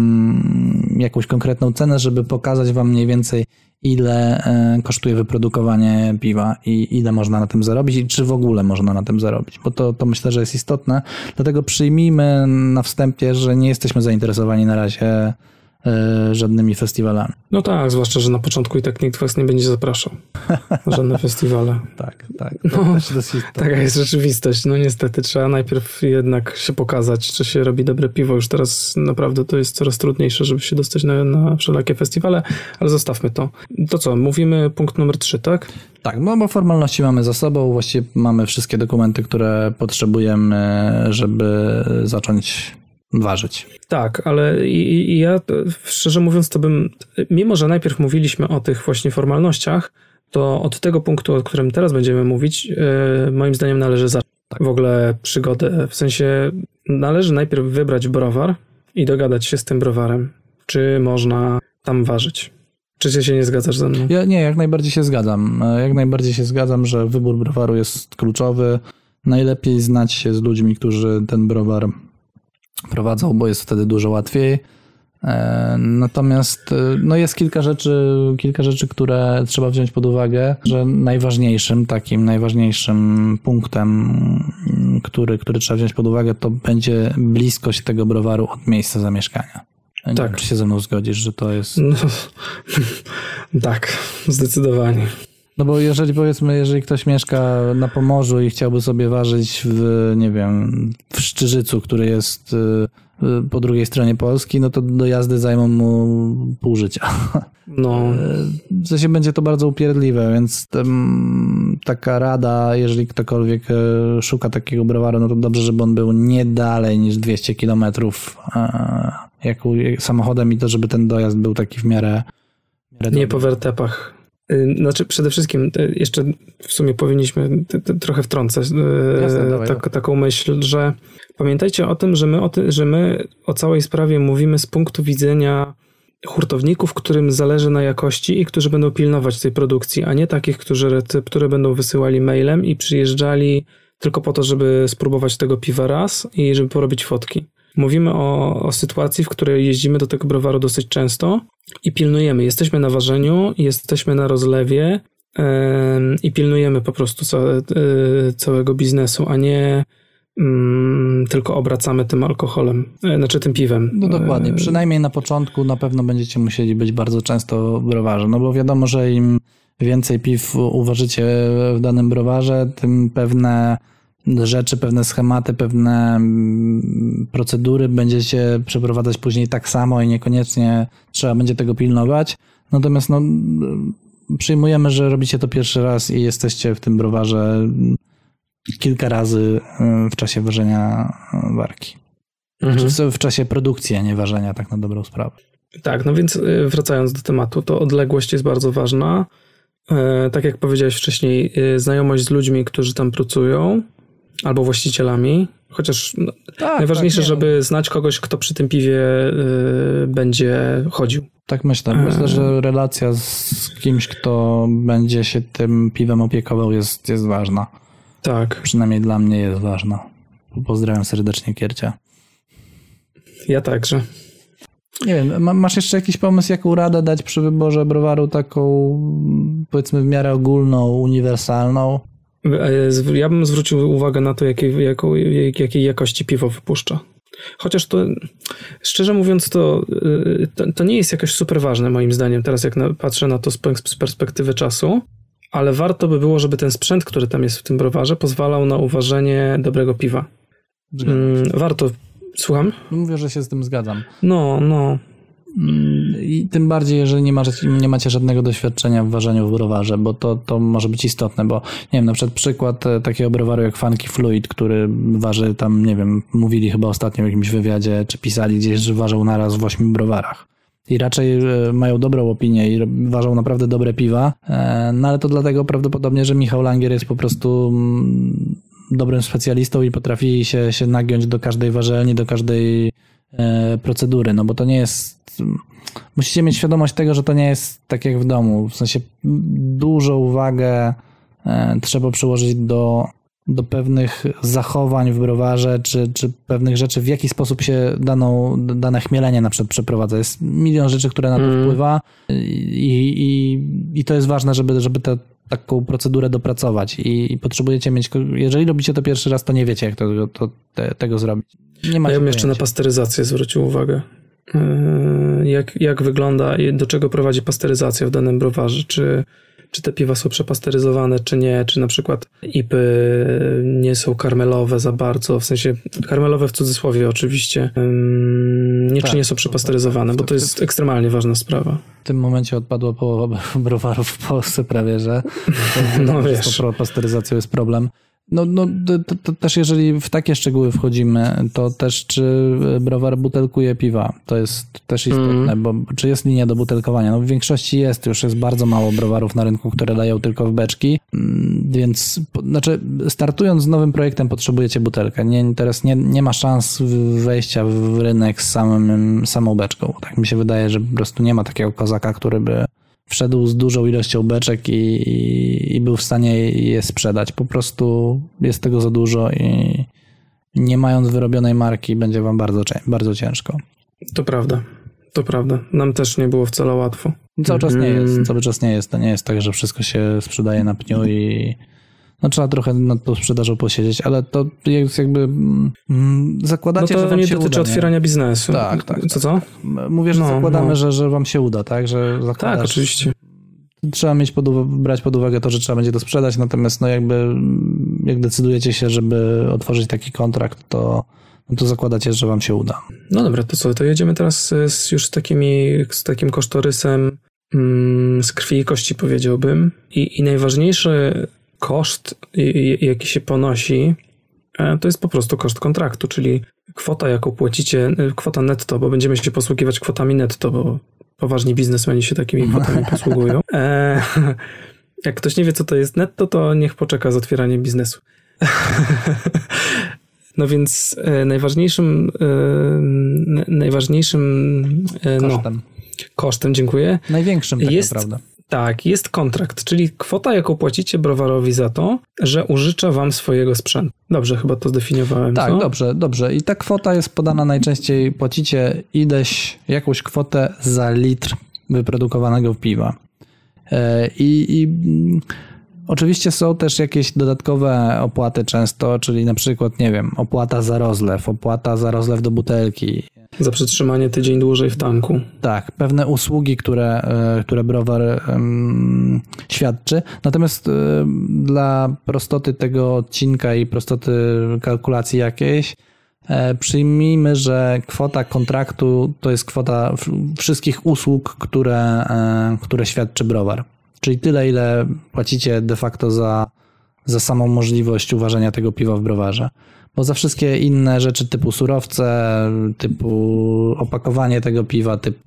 jakąś konkretną cenę, żeby pokazać wam mniej więcej, ile kosztuje wyprodukowanie piwa i ile można na tym zarobić i czy w ogóle można na tym zarobić, bo to myślę, że jest istotne. Dlatego przyjmijmy na wstępie, że nie jesteśmy zainteresowani na razie żadnymi festiwalami. No tak, zwłaszcza, że na początku i tak nikt was nie będzie zapraszał na żadne festiwale. Tak. No, taka jest rzeczywistość. No niestety, trzeba najpierw jednak się pokazać, czy się robi dobre piwo. Już teraz naprawdę to jest coraz trudniejsze, żeby się dostać na wszelakie festiwale, ale zostawmy to. To co, mówimy punkt numer 3, tak? Tak, no bo formalności mamy za sobą, właściwie mamy wszystkie dokumenty, które potrzebujemy, żeby zacząć ważyć. Tak, ale ja szczerze mówiąc to mimo że najpierw mówiliśmy o tych właśnie formalnościach, to od tego punktu, o którym teraz będziemy mówić, moim zdaniem należy zacząć w ogóle przygodę. W sensie należy najpierw wybrać browar i dogadać się z tym browarem, czy można tam ważyć. Czy ty się nie zgadzasz ze mną? Ja nie, jak najbardziej się zgadzam. Jak najbardziej się zgadzam, że wybór browaru jest kluczowy. Najlepiej znać się z ludźmi, którzy ten browar prowadzą, bo jest wtedy dużo łatwiej. Natomiast no jest kilka rzeczy, które trzeba wziąć pod uwagę, że najważniejszym punktem, który trzeba wziąć pod uwagę, to będzie bliskość tego browaru od miejsca zamieszkania. Nie wiem, czy się ze mną zgodzisz, że to jest... No, tak, zdecydowanie. No bo jeżeli ktoś mieszka na Pomorzu i chciałby sobie ważyć w Szczyżycu, który jest po drugiej stronie Polski, no to dojazdy zajmą mu pół życia. No. W sensie będzie to bardzo upierdliwe, więc taka rada, jeżeli ktokolwiek szuka takiego browaru, no to dobrze, żeby on był nie dalej niż 200 kilometrów samochodem i to, żeby ten dojazd był taki w miarę nie po wertepach. Znaczy przede wszystkim jeszcze w sumie powinniśmy trochę wtrącać taką myśl, że pamiętajcie o tym, że my o całej sprawie mówimy z punktu widzenia hurtowników, którym zależy na jakości i którzy będą pilnować tej produkcji, a nie takich, które będą wysyłali mailem i przyjeżdżali tylko po to, żeby spróbować tego piwa raz i żeby porobić fotki. Mówimy o sytuacji, w której jeździmy do tego browaru dosyć często i pilnujemy. Jesteśmy na ważeniu, jesteśmy na rozlewie i pilnujemy po prostu całego biznesu, a nie tylko obracamy tym alkoholem, znaczy tym piwem. No dokładnie. Przynajmniej na początku na pewno będziecie musieli być bardzo często w browarze, no bo wiadomo, że im więcej piw uważycie w danym browarze, tym pewne rzeczy, pewne schematy, pewne procedury będziecie przeprowadzać później tak samo i niekoniecznie trzeba będzie tego pilnować. Natomiast przyjmujemy, że robicie to pierwszy raz i jesteście w tym browarze kilka razy w czasie ważenia warki. W czasie produkcji, a nie ważenia, tak na dobrą sprawę. Tak, no więc wracając do tematu, to odległość jest bardzo ważna. Tak jak powiedziałeś wcześniej, znajomość z ludźmi, którzy tam pracują, albo właścicielami, chociaż najważniejsze, żeby znać kogoś, kto przy tym piwie będzie chodził. Tak myślę. Myślę, że relacja z kimś, kto będzie się tym piwem opiekował jest ważna. Tak. Przynajmniej dla mnie jest ważna. Pozdrawiam serdecznie Kiercia. Ja także. Nie wiem, masz jeszcze jakiś pomysł, jaką radę dać przy wyborze browaru, taką powiedzmy w miarę ogólną, uniwersalną? Ja bym zwrócił uwagę na to, jakiej jakości piwo wypuszcza. Chociaż to, szczerze mówiąc, to nie jest jakoś super ważne moim zdaniem, teraz jak patrzę na to z perspektywy czasu, ale warto by było, żeby ten sprzęt, który tam jest w tym browarze, pozwalał na uważenie dobrego piwa. Warto. Słucham? Mówię, że się z tym zgadzam. No. I tym bardziej, jeżeli nie macie żadnego doświadczenia w ważeniu w browarze, bo to może być istotne, bo nie wiem, na przykład takiego browaru jak Funky Fluid, który waży tam, nie wiem, mówili chyba ostatnio w jakimś wywiadzie, czy pisali gdzieś, że ważą naraz w 8 browarach. i raczej mają dobrą opinię i ważą naprawdę dobre piwa, no ale to dlatego prawdopodobnie, że Michał Langer jest po prostu dobrym specjalistą i potrafi się nagiąć do każdej warzelni, do każdej procedury, no bo to nie jest... Musicie mieć świadomość tego, że to nie jest tak jak w domu, w sensie dużą uwagę trzeba przyłożyć do pewnych zachowań w browarze, czy pewnych rzeczy, w jaki sposób się dane chmielenie na przykład przeprowadza. Jest milion rzeczy, które na to wpływa i to jest ważne, żeby taką procedurę dopracować i potrzebujecie mieć, jeżeli robicie to pierwszy raz, to nie wiecie, jak tego zrobić. Nie macie ja bym jeszcze pojęcia. na pasteryzację zwrócił uwagę. Jak wygląda i do czego prowadzi pasteryzacja w danym browarze? Czy te piwa są przepasteryzowane, czy nie? Czy na przykład IPy nie są karmelowe za bardzo? W sensie karmelowe w cudzysłowie oczywiście. Czy nie są przepasteryzowane, bo to jest ekstremalnie ważna sprawa. W tym momencie odpadła połowa browarów w Polsce prawie, że No wiesz. z tą pasteryzacją jest problem. To też jeżeli w takie szczegóły wchodzimy, to też czy browar butelkuje piwa, to jest też istotne, bo czy jest linia do butelkowania? No w większości już jest bardzo mało browarów na rynku, które dają tylko w beczki, więc startując z nowym projektem potrzebujecie butelkę. Teraz nie ma szans wejścia w rynek z samą beczką. Tak mi się wydaje, że po prostu nie ma takiego kozaka, który by wszedł z dużą ilością beczek i był w stanie je sprzedać. Po prostu jest tego za dużo i nie mając wyrobionej marki będzie wam bardzo ciężko. To prawda. Nam też nie było wcale łatwo. Cały czas nie jest. To nie jest tak, że wszystko się sprzedaje na pniu i trzeba trochę nad tą sprzedażą posiedzieć, ale to jest jakby zakładacie, że wam nie się dotyczy uda, otwierania biznesu. Tak. Co? Mówię, że zakładamy, że wam się uda, tak? Że zakładasz, tak, oczywiście. Trzeba brać pod uwagę to, że trzeba będzie to sprzedać, natomiast jak decydujecie się, żeby otworzyć taki kontrakt, to zakładacie, że wam się uda. No dobra, to co? To jedziemy teraz już z takim kosztorysem z krwi i kości, powiedziałbym. I najważniejszy koszt, jaki się ponosi, to jest po prostu koszt kontraktu, czyli kwota, jaką płacicie, kwota netto, bo będziemy się posługiwać kwotami netto, bo poważni biznesmeni się takimi kwotami posługują. Jak ktoś nie wie, co to jest netto, to niech poczeka z otwieraniem biznesu. No więc najważniejszym kosztem, dziękuję. Największym tak naprawdę. Tak, jest kontrakt, czyli kwota, jaką płacicie browarowi za to, że użycza wam swojego sprzętu. Dobrze, chyba to zdefiniowałem. Tak, co? dobrze. I ta kwota jest podana najczęściej, płacicie jakąś kwotę za litr wyprodukowanego piwa. Oczywiście są też jakieś dodatkowe opłaty często, czyli na przykład, nie wiem, opłata za rozlew do butelki. Za przetrzymanie tydzień dłużej w tanku. Tak, pewne usługi, które browar świadczy. Natomiast dla prostoty tego odcinka i prostoty kalkulacji jakiejś, przyjmijmy, że kwota kontraktu to jest kwota wszystkich usług, które świadczy browar. Czyli tyle, ile płacicie de facto za samą możliwość uważania tego piwa w browarze. Bo za wszystkie inne rzeczy typu surowce, typu opakowanie tego piwa, typu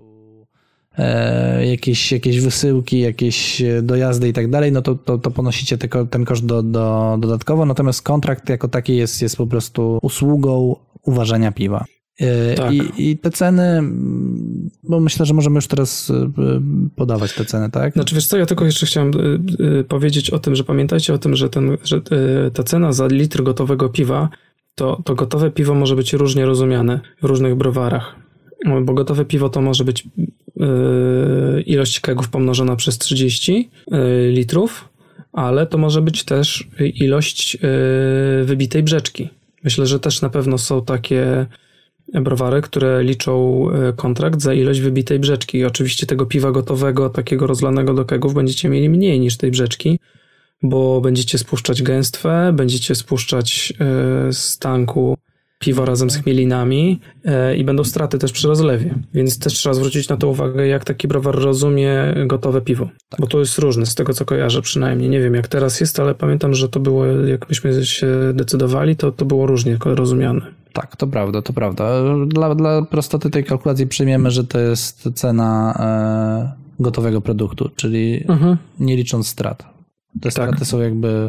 jakieś wysyłki, jakieś dojazdy i tak dalej, no to ponosicie ten koszt dodatkowo, natomiast kontrakt jako taki jest po prostu usługą uważania piwa. Tak. I te ceny, bo myślę, że możemy już teraz podawać te ceny, tak? Znaczy wiesz co, ja tylko jeszcze chciałem powiedzieć o tym, że pamiętajcie o tym, że ta cena za litr gotowego piwa, to gotowe piwo może być różnie rozumiane w różnych browarach. Bo gotowe piwo to może być ilość kegów pomnożona przez 30 litrów, ale to może być też ilość wybitej brzeczki. Myślę, że też na pewno są takie browary, które liczą kontrakt za ilość wybitej brzeczki. I oczywiście tego piwa gotowego, takiego rozlanego do kegów będziecie mieli mniej niż tej brzeczki, bo będziecie spuszczać gęstwę, będziecie spuszczać z tanku piwo razem z chmielinami i będą straty też przy rozlewie. Więc też trzeba zwrócić na to uwagę, jak taki browar rozumie gotowe piwo. Tak. Bo to jest różne, z tego co kojarzę przynajmniej. Nie wiem jak teraz jest, ale pamiętam, że to było, jak myśmy się decydowali, to było różnie rozumiane. Tak, to prawda. Dla prostoty tej kalkulacji przyjmiemy, że to jest cena gotowego produktu, czyli nie licząc strat. Te straty są jakby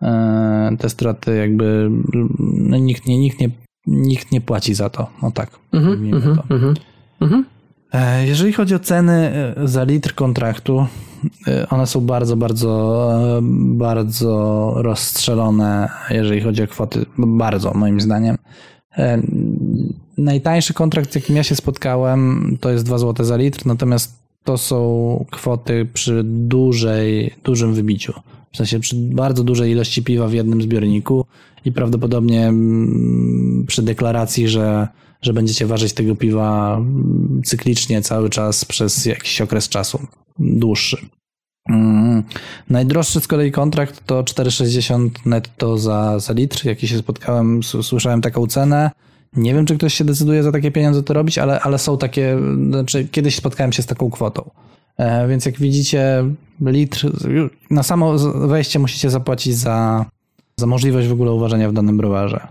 no nikt nie płaci za to. No tak. Jeżeli chodzi o ceny za litr kontraktu, one są bardzo, bardzo, bardzo rozstrzelone, jeżeli chodzi o kwoty. Bardzo, moim zdaniem. Najtańszy kontrakt, z jakim ja się spotkałem, to jest 2 zł za litr, natomiast to są kwoty przy dużym wybiciu. W sensie przy bardzo dużej ilości piwa w jednym zbiorniku i prawdopodobnie przy deklaracji, że będziecie ważyć tego piwa cyklicznie cały czas przez jakiś okres czasu dłuższy. Najdroższy z kolei kontrakt to 4,60 netto za litr. Jaki się spotkałem, słyszałem taką cenę. Nie wiem, czy ktoś się decyduje za takie pieniądze to robić, ale są takie, znaczy kiedyś spotkałem się z taką kwotą. Więc jak widzicie, litr, na samo wejście musicie zapłacić za możliwość w ogóle uważania w danym browarze.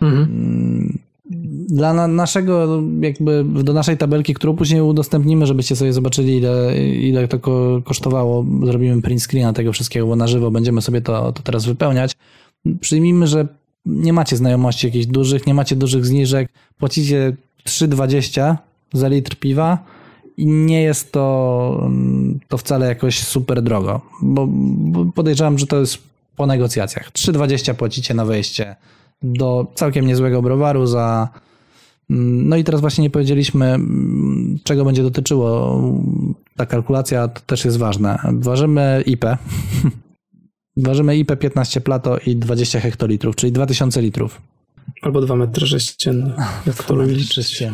Dla naszego, jakby do naszej tabelki, którą później udostępnimy, żebyście sobie zobaczyli, ile to kosztowało. Zrobimy print screena tego wszystkiego, bo na żywo będziemy sobie to teraz wypełniać. Przyjmijmy, że nie macie znajomości jakichś dużych, nie macie dużych zniżek, płacicie 3,20 za litr piwa i nie jest to wcale jakoś super drogo, bo podejrzewam, że to jest po negocjacjach. 3,20 płacicie na wejście do całkiem niezłego browaru za... No i teraz właśnie nie powiedzieliśmy, czego będzie dotyczyło ta kalkulacja, to też jest ważne. Ważymy IP. Ważymy IP 15 plato i 20 hektolitrów, czyli 2000 litrów. Albo 2 metry sześcienne. Jak to lubi liczyć.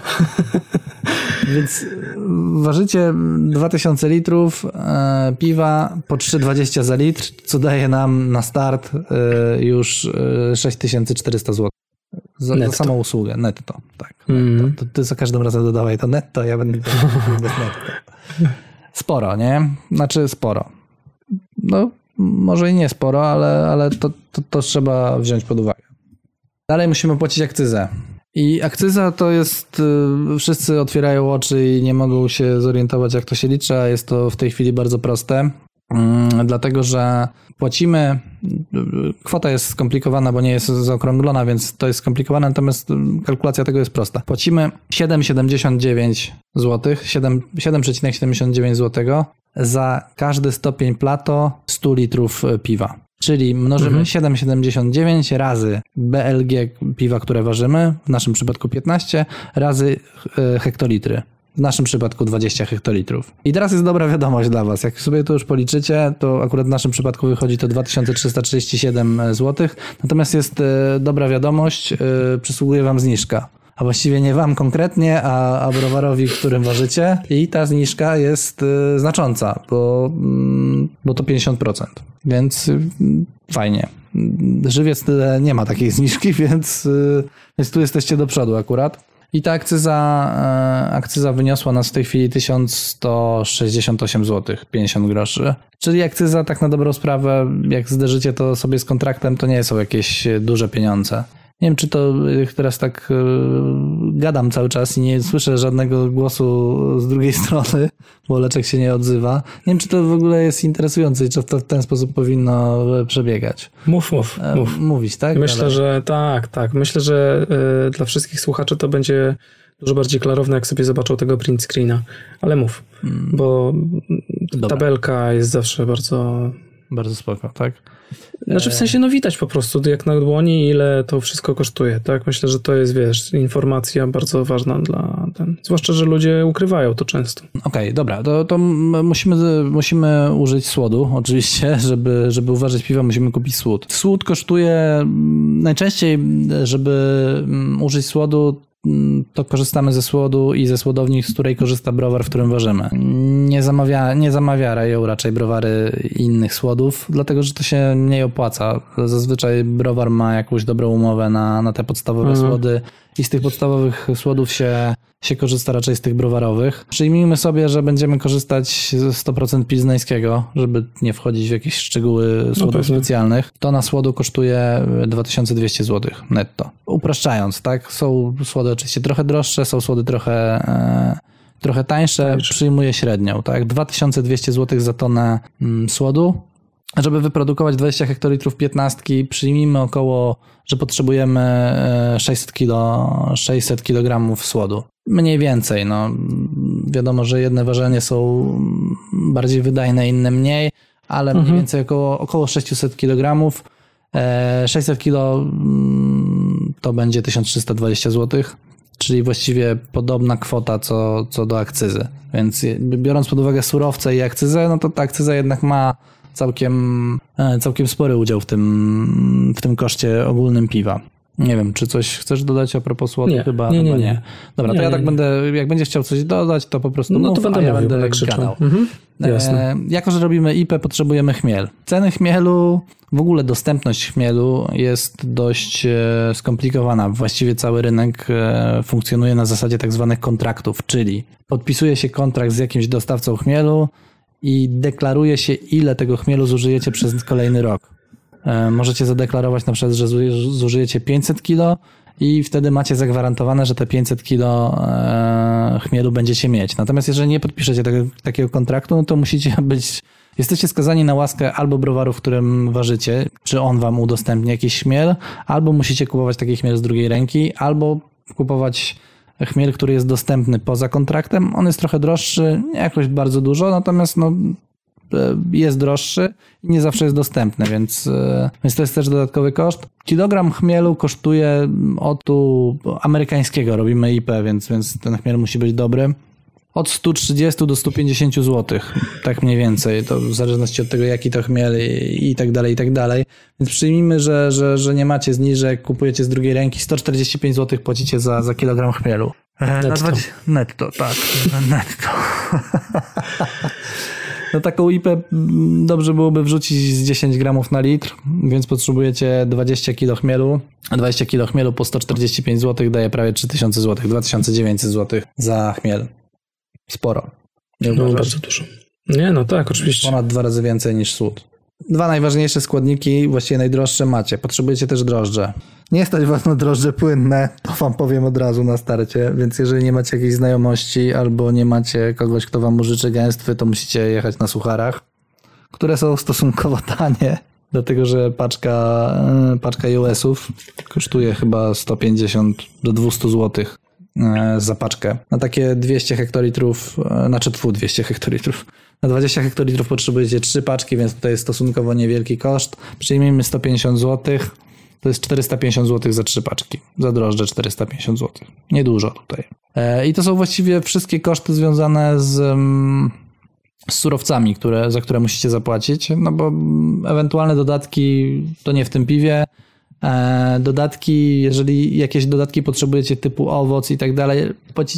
Więc ważycie 2000 litrów piwa po 3,20 za litr, co daje nam na start już 6400 zł. Za samą usługę, netto. Tak, netto. To ty za każdym razem dodawaj to netto, ja będę bez netto. Sporo, nie? Znaczy sporo. No, może i nie sporo, ale to trzeba wziąć pod uwagę. Dalej musimy płacić akcyzę. I akcyza to jest, wszyscy otwierają oczy i nie mogą się zorientować, jak to się liczy, a jest to w tej chwili bardzo proste, dlatego że płacimy, kwota jest skomplikowana, bo nie jest zaokrąglona, więc to jest skomplikowane, natomiast kalkulacja tego jest prosta. Płacimy 7,79 zł, 7,79 zł za każdy stopień plato 100 litrów piwa. Czyli mnożymy 7,79 razy BLG piwa, które ważymy, w naszym przypadku 15, razy hektolitry. W naszym przypadku 20 hektolitrów. I teraz jest dobra wiadomość dla was. Jak sobie to już policzycie, to akurat w naszym przypadku wychodzi to 2337 zł. Natomiast jest dobra wiadomość, przysługuje wam zniżka. A właściwie nie wam konkretnie, a browarowi, w którym ważycie. I ta zniżka jest znacząca, bo to 50%. Więc fajnie. Żywiec nie ma takiej zniżki, więc tu jesteście do przodu akurat. I ta akcyza wyniosła nas w tej chwili 1168 zł, 50 groszy. Czyli akcyza tak na dobrą sprawę, jak zderzycie to sobie z kontraktem, to nie są jakieś duże pieniądze. Nie wiem, czy to teraz tak gadam cały czas i nie słyszę żadnego głosu z drugiej strony, bo Leczek się nie odzywa. Nie wiem, czy to w ogóle jest interesujące i czy to w ten sposób powinno przebiegać. Mów. Mówić, tak? Myślę, że tak. Myślę, że dla wszystkich słuchaczy to będzie dużo bardziej klarowne, jak sobie zobaczą tego print screena. Ale mów, bo tabelka jest zawsze bardzo... Bardzo spoko, tak? Znaczy w sensie, widać po prostu jak na dłoni, ile to wszystko kosztuje, tak? Myślę, że to jest, informacja bardzo ważna dla zwłaszcza, że ludzie ukrywają to często. Okej, dobra, to musimy użyć słodu, oczywiście, żeby uważać piwa, musimy kupić słód. Słód kosztuje, najczęściej, żeby użyć słodu, to korzystamy ze słodu i ze słodowni, z której korzysta browar, w którym ważymy. Nie zamawiają raczej browary innych słodów, dlatego że to się mniej opłaca. Zazwyczaj browar ma jakąś dobrą umowę na te podstawowe słody i z tych podstawowych słodów się korzysta raczej z tych browarowych. Przyjmijmy sobie, że będziemy korzystać 100% pilzneńskiego, żeby nie wchodzić w jakieś szczegóły słodów specjalnych. Tona słodu kosztuje 2200 zł netto. Upraszczając, tak? Są słody oczywiście trochę droższe, są słody trochę tańsze. Przyjmuję średnią, tak? 2200 zł za tonę słodu. Żeby wyprodukować 20 hektolitrów 15, przyjmijmy że potrzebujemy 600 kg słodu. Mniej więcej, no wiadomo, że jedne ważenia są bardziej wydajne, inne mniej, ale mniej więcej około 600 kg. 600 kg to będzie 1320 zł, czyli właściwie podobna kwota co do akcyzy. Więc biorąc pod uwagę surowce i akcyzę, no to ta akcyza jednak ma całkiem spory udział w tym koszcie ogólnym piwa. Nie wiem, czy coś chcesz dodać a propos słodu? Chyba nie. Dobra, to ja tak będę, jak będziesz chciał coś dodać, to po prostu mów, to a ja będę gadał. Jasne. Jako, że robimy IPę, potrzebujemy chmiel. Ceny chmielu, w ogóle dostępność chmielu jest dość skomplikowana. Właściwie cały rynek funkcjonuje na zasadzie tak zwanych kontraktów, czyli podpisuje się kontrakt z jakimś dostawcą chmielu i deklaruje się, ile tego chmielu zużyjecie przez kolejny rok. Możecie zadeklarować na przykład, że zużyjecie 500 kg i wtedy macie zagwarantowane, że te 500 kg chmielu będziecie mieć. Natomiast jeżeli nie podpiszecie takiego kontraktu, no to jesteście skazani na łaskę albo browaru, w którym ważycie, czy on wam udostępni jakiś chmiel, albo musicie kupować taki chmiel z drugiej ręki, albo kupować chmiel, który jest dostępny poza kontraktem. On jest trochę droższy, nie jakoś bardzo dużo, natomiast jest droższy i nie zawsze jest dostępny, więc to jest też dodatkowy koszt. Kilogram chmielu kosztuje amerykańskiego, robimy IP, więc ten chmiel musi być dobry. Od 130 do 150 zł, tak mniej więcej, to w zależności od tego, jaki to chmiel i tak dalej, i tak dalej. Więc przyjmijmy, że nie macie zniżek, kupujecie z drugiej ręki, 145 zł płacicie za kilogram chmielu. Netto, tak. Netto. No taką IPę dobrze byłoby wrzucić z 10 gramów na litr, więc potrzebujecie 20 kg chmielu. 20 kg chmielu po 145 zł daje prawie 3000 zł, 2900 zł za chmiel. Sporo. Nie bardzo dużo. Nie, no tak, oczywiście. Ponad 2 razy więcej niż słód. 2 najważniejsze składniki, właściwie najdroższe macie. Potrzebujecie też drożdże. Nie stać was na drożdże płynne, to wam powiem od razu na starcie, więc jeżeli nie macie jakiejś znajomości albo nie macie kogoś, kto wam użyczy gęstwy, to musicie jechać na sucharach, które są stosunkowo tanie, dlatego że paczka US-ów kosztuje chyba 150 do 200 zł za paczkę. Na takie 200 hektolitrów, 200 hektolitrów. Na 20 hektolitrów potrzebujecie 3 paczki, więc tutaj jest stosunkowo niewielki koszt. Przyjmijmy 150 zł, to jest 450 zł za 3 paczki. Za drożdże 450 zł. Niedużo tutaj. I to są właściwie wszystkie koszty związane z surowcami, za które musicie zapłacić, no bo ewentualne dodatki to nie w tym piwie. Dodatki, jeżeli jakieś dodatki potrzebujecie typu owoc i tak dalej,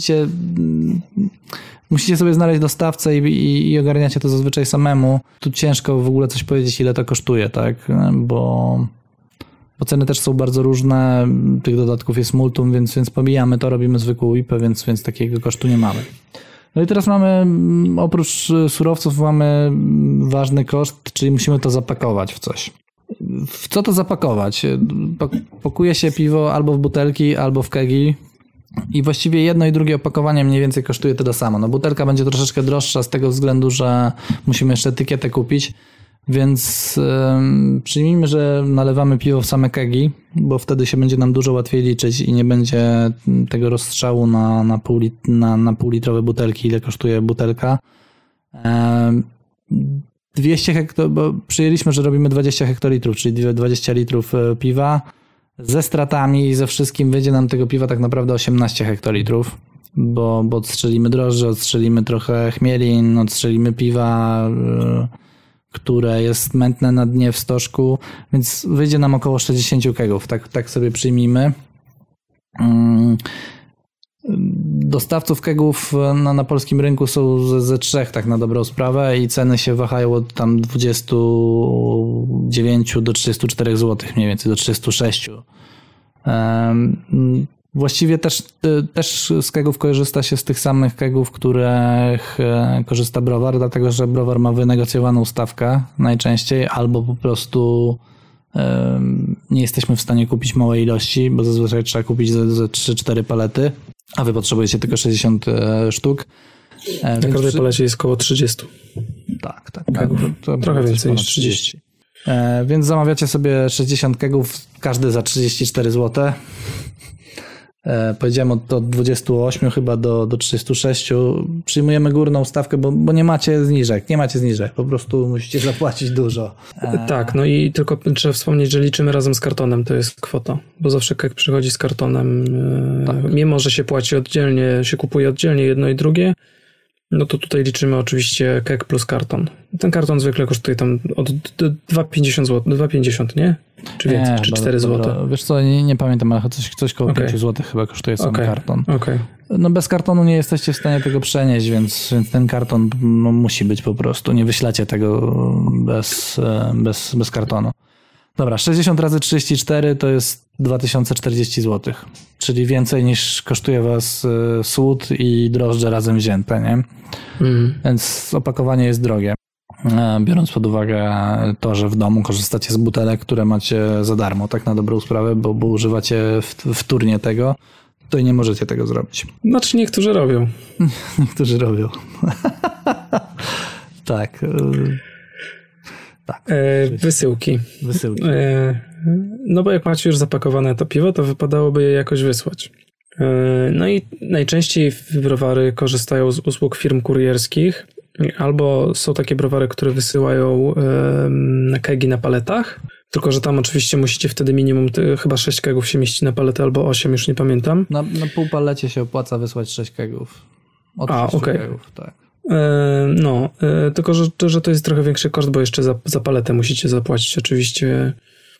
musicie sobie znaleźć dostawcę i ogarniacie to zazwyczaj samemu. Tu ciężko w ogóle coś powiedzieć, ile to kosztuje, tak? Bo ceny też są bardzo różne, tych dodatków jest multum, więc pomijamy to, robimy zwykłą IPę, więc takiego kosztu nie mamy. No i teraz mamy, oprócz surowców mamy ważny koszt, czyli musimy to zapakować w coś. W co to zapakować? Pakuje się piwo albo w butelki, albo w kegi i właściwie jedno i drugie opakowanie mniej więcej kosztuje tyle samo. No butelka będzie troszeczkę droższa z tego względu, że musimy jeszcze etykietę kupić, więc przyjmijmy, że nalewamy piwo w same kegi, bo wtedy się będzie nam dużo łatwiej liczyć i nie będzie tego rozstrzału na półlitrowe butelki, ile kosztuje butelka. 200 bo przyjęliśmy, że robimy 20 hektolitrów, czyli 20 litrów piwa. Ze stratami i ze wszystkim wyjdzie nam tego piwa tak naprawdę 18 hektolitrów, bo odstrzelimy drożdże, odstrzelimy trochę chmielin, odstrzelimy piwa, które jest mętne na dnie w stożku, więc wyjdzie nam około 60 kegów, tak sobie przyjmijmy. Dostawców kegów na polskim rynku są ze 3 tak na dobrą sprawę i ceny się wahają od tam 29 do 34 zł, mniej więcej do 36. Właściwie też z kegów korzysta się z tych samych kegów, których korzysta browar, dlatego że browar ma wynegocjowaną stawkę najczęściej, albo po prostu nie jesteśmy w stanie kupić małej ilości, bo zazwyczaj trzeba kupić ze 3-4 palety, a wy potrzebujecie tylko 60 sztuk. Na każdej palecie jest około 30. Tak. To trochę więcej niż 30. Więc zamawiacie sobie 60 kegów, każdy za 34 zł. Powiedziałem od 28 chyba do 36. Przyjmujemy górną stawkę, bo nie macie zniżek. Po prostu musicie zapłacić dużo. Tak, no i tylko trzeba wspomnieć, że liczymy razem z kartonem, to jest kwota. Bo zawsze keg przychodzi z kartonem. Tak. Mimo że się płaci oddzielnie, się kupuje oddzielnie jedno i drugie, no to tutaj liczymy oczywiście keg plus karton. Ten karton zwykle kosztuje tam od 2,50 zł, 2,50, nie? Czy więcej, czy 4 zł. Wiesz co, nie pamiętam, ale coś koło 5 zł chyba kosztuje sam karton. No bez kartonu nie jesteście w stanie tego przenieść, więc ten karton musi być po prostu. Nie wyślecie tego bez kartonu. Dobra, 60 razy 34 to jest 2040 zł, czyli więcej niż kosztuje was słód i drożdże razem wzięte, nie? Więc opakowanie jest drogie. Biorąc pod uwagę to, że w domu korzystacie z butelek, które macie za darmo, tak na dobrą sprawę, bo używacie wtórnie tego, to i nie możecie tego zrobić. Znaczy niektórzy robią. Niektórzy robią. Tak. Wysyłki. No bo jak macie już zapakowane to piwo, to wypadałoby je jakoś wysłać. No i najczęściej browary korzystają z usług firm kurierskich, albo są takie browary, które wysyłają kegi na paletach, tylko że tam oczywiście musicie wtedy minimum chyba 6 kegów się mieści na paletę, albo 8, już nie pamiętam. Na pół palecie się opłaca wysłać 6 kegów. Od 6 kegów, tak. Tylko że to jest trochę większy koszt, bo jeszcze za paletę musicie zapłacić oczywiście.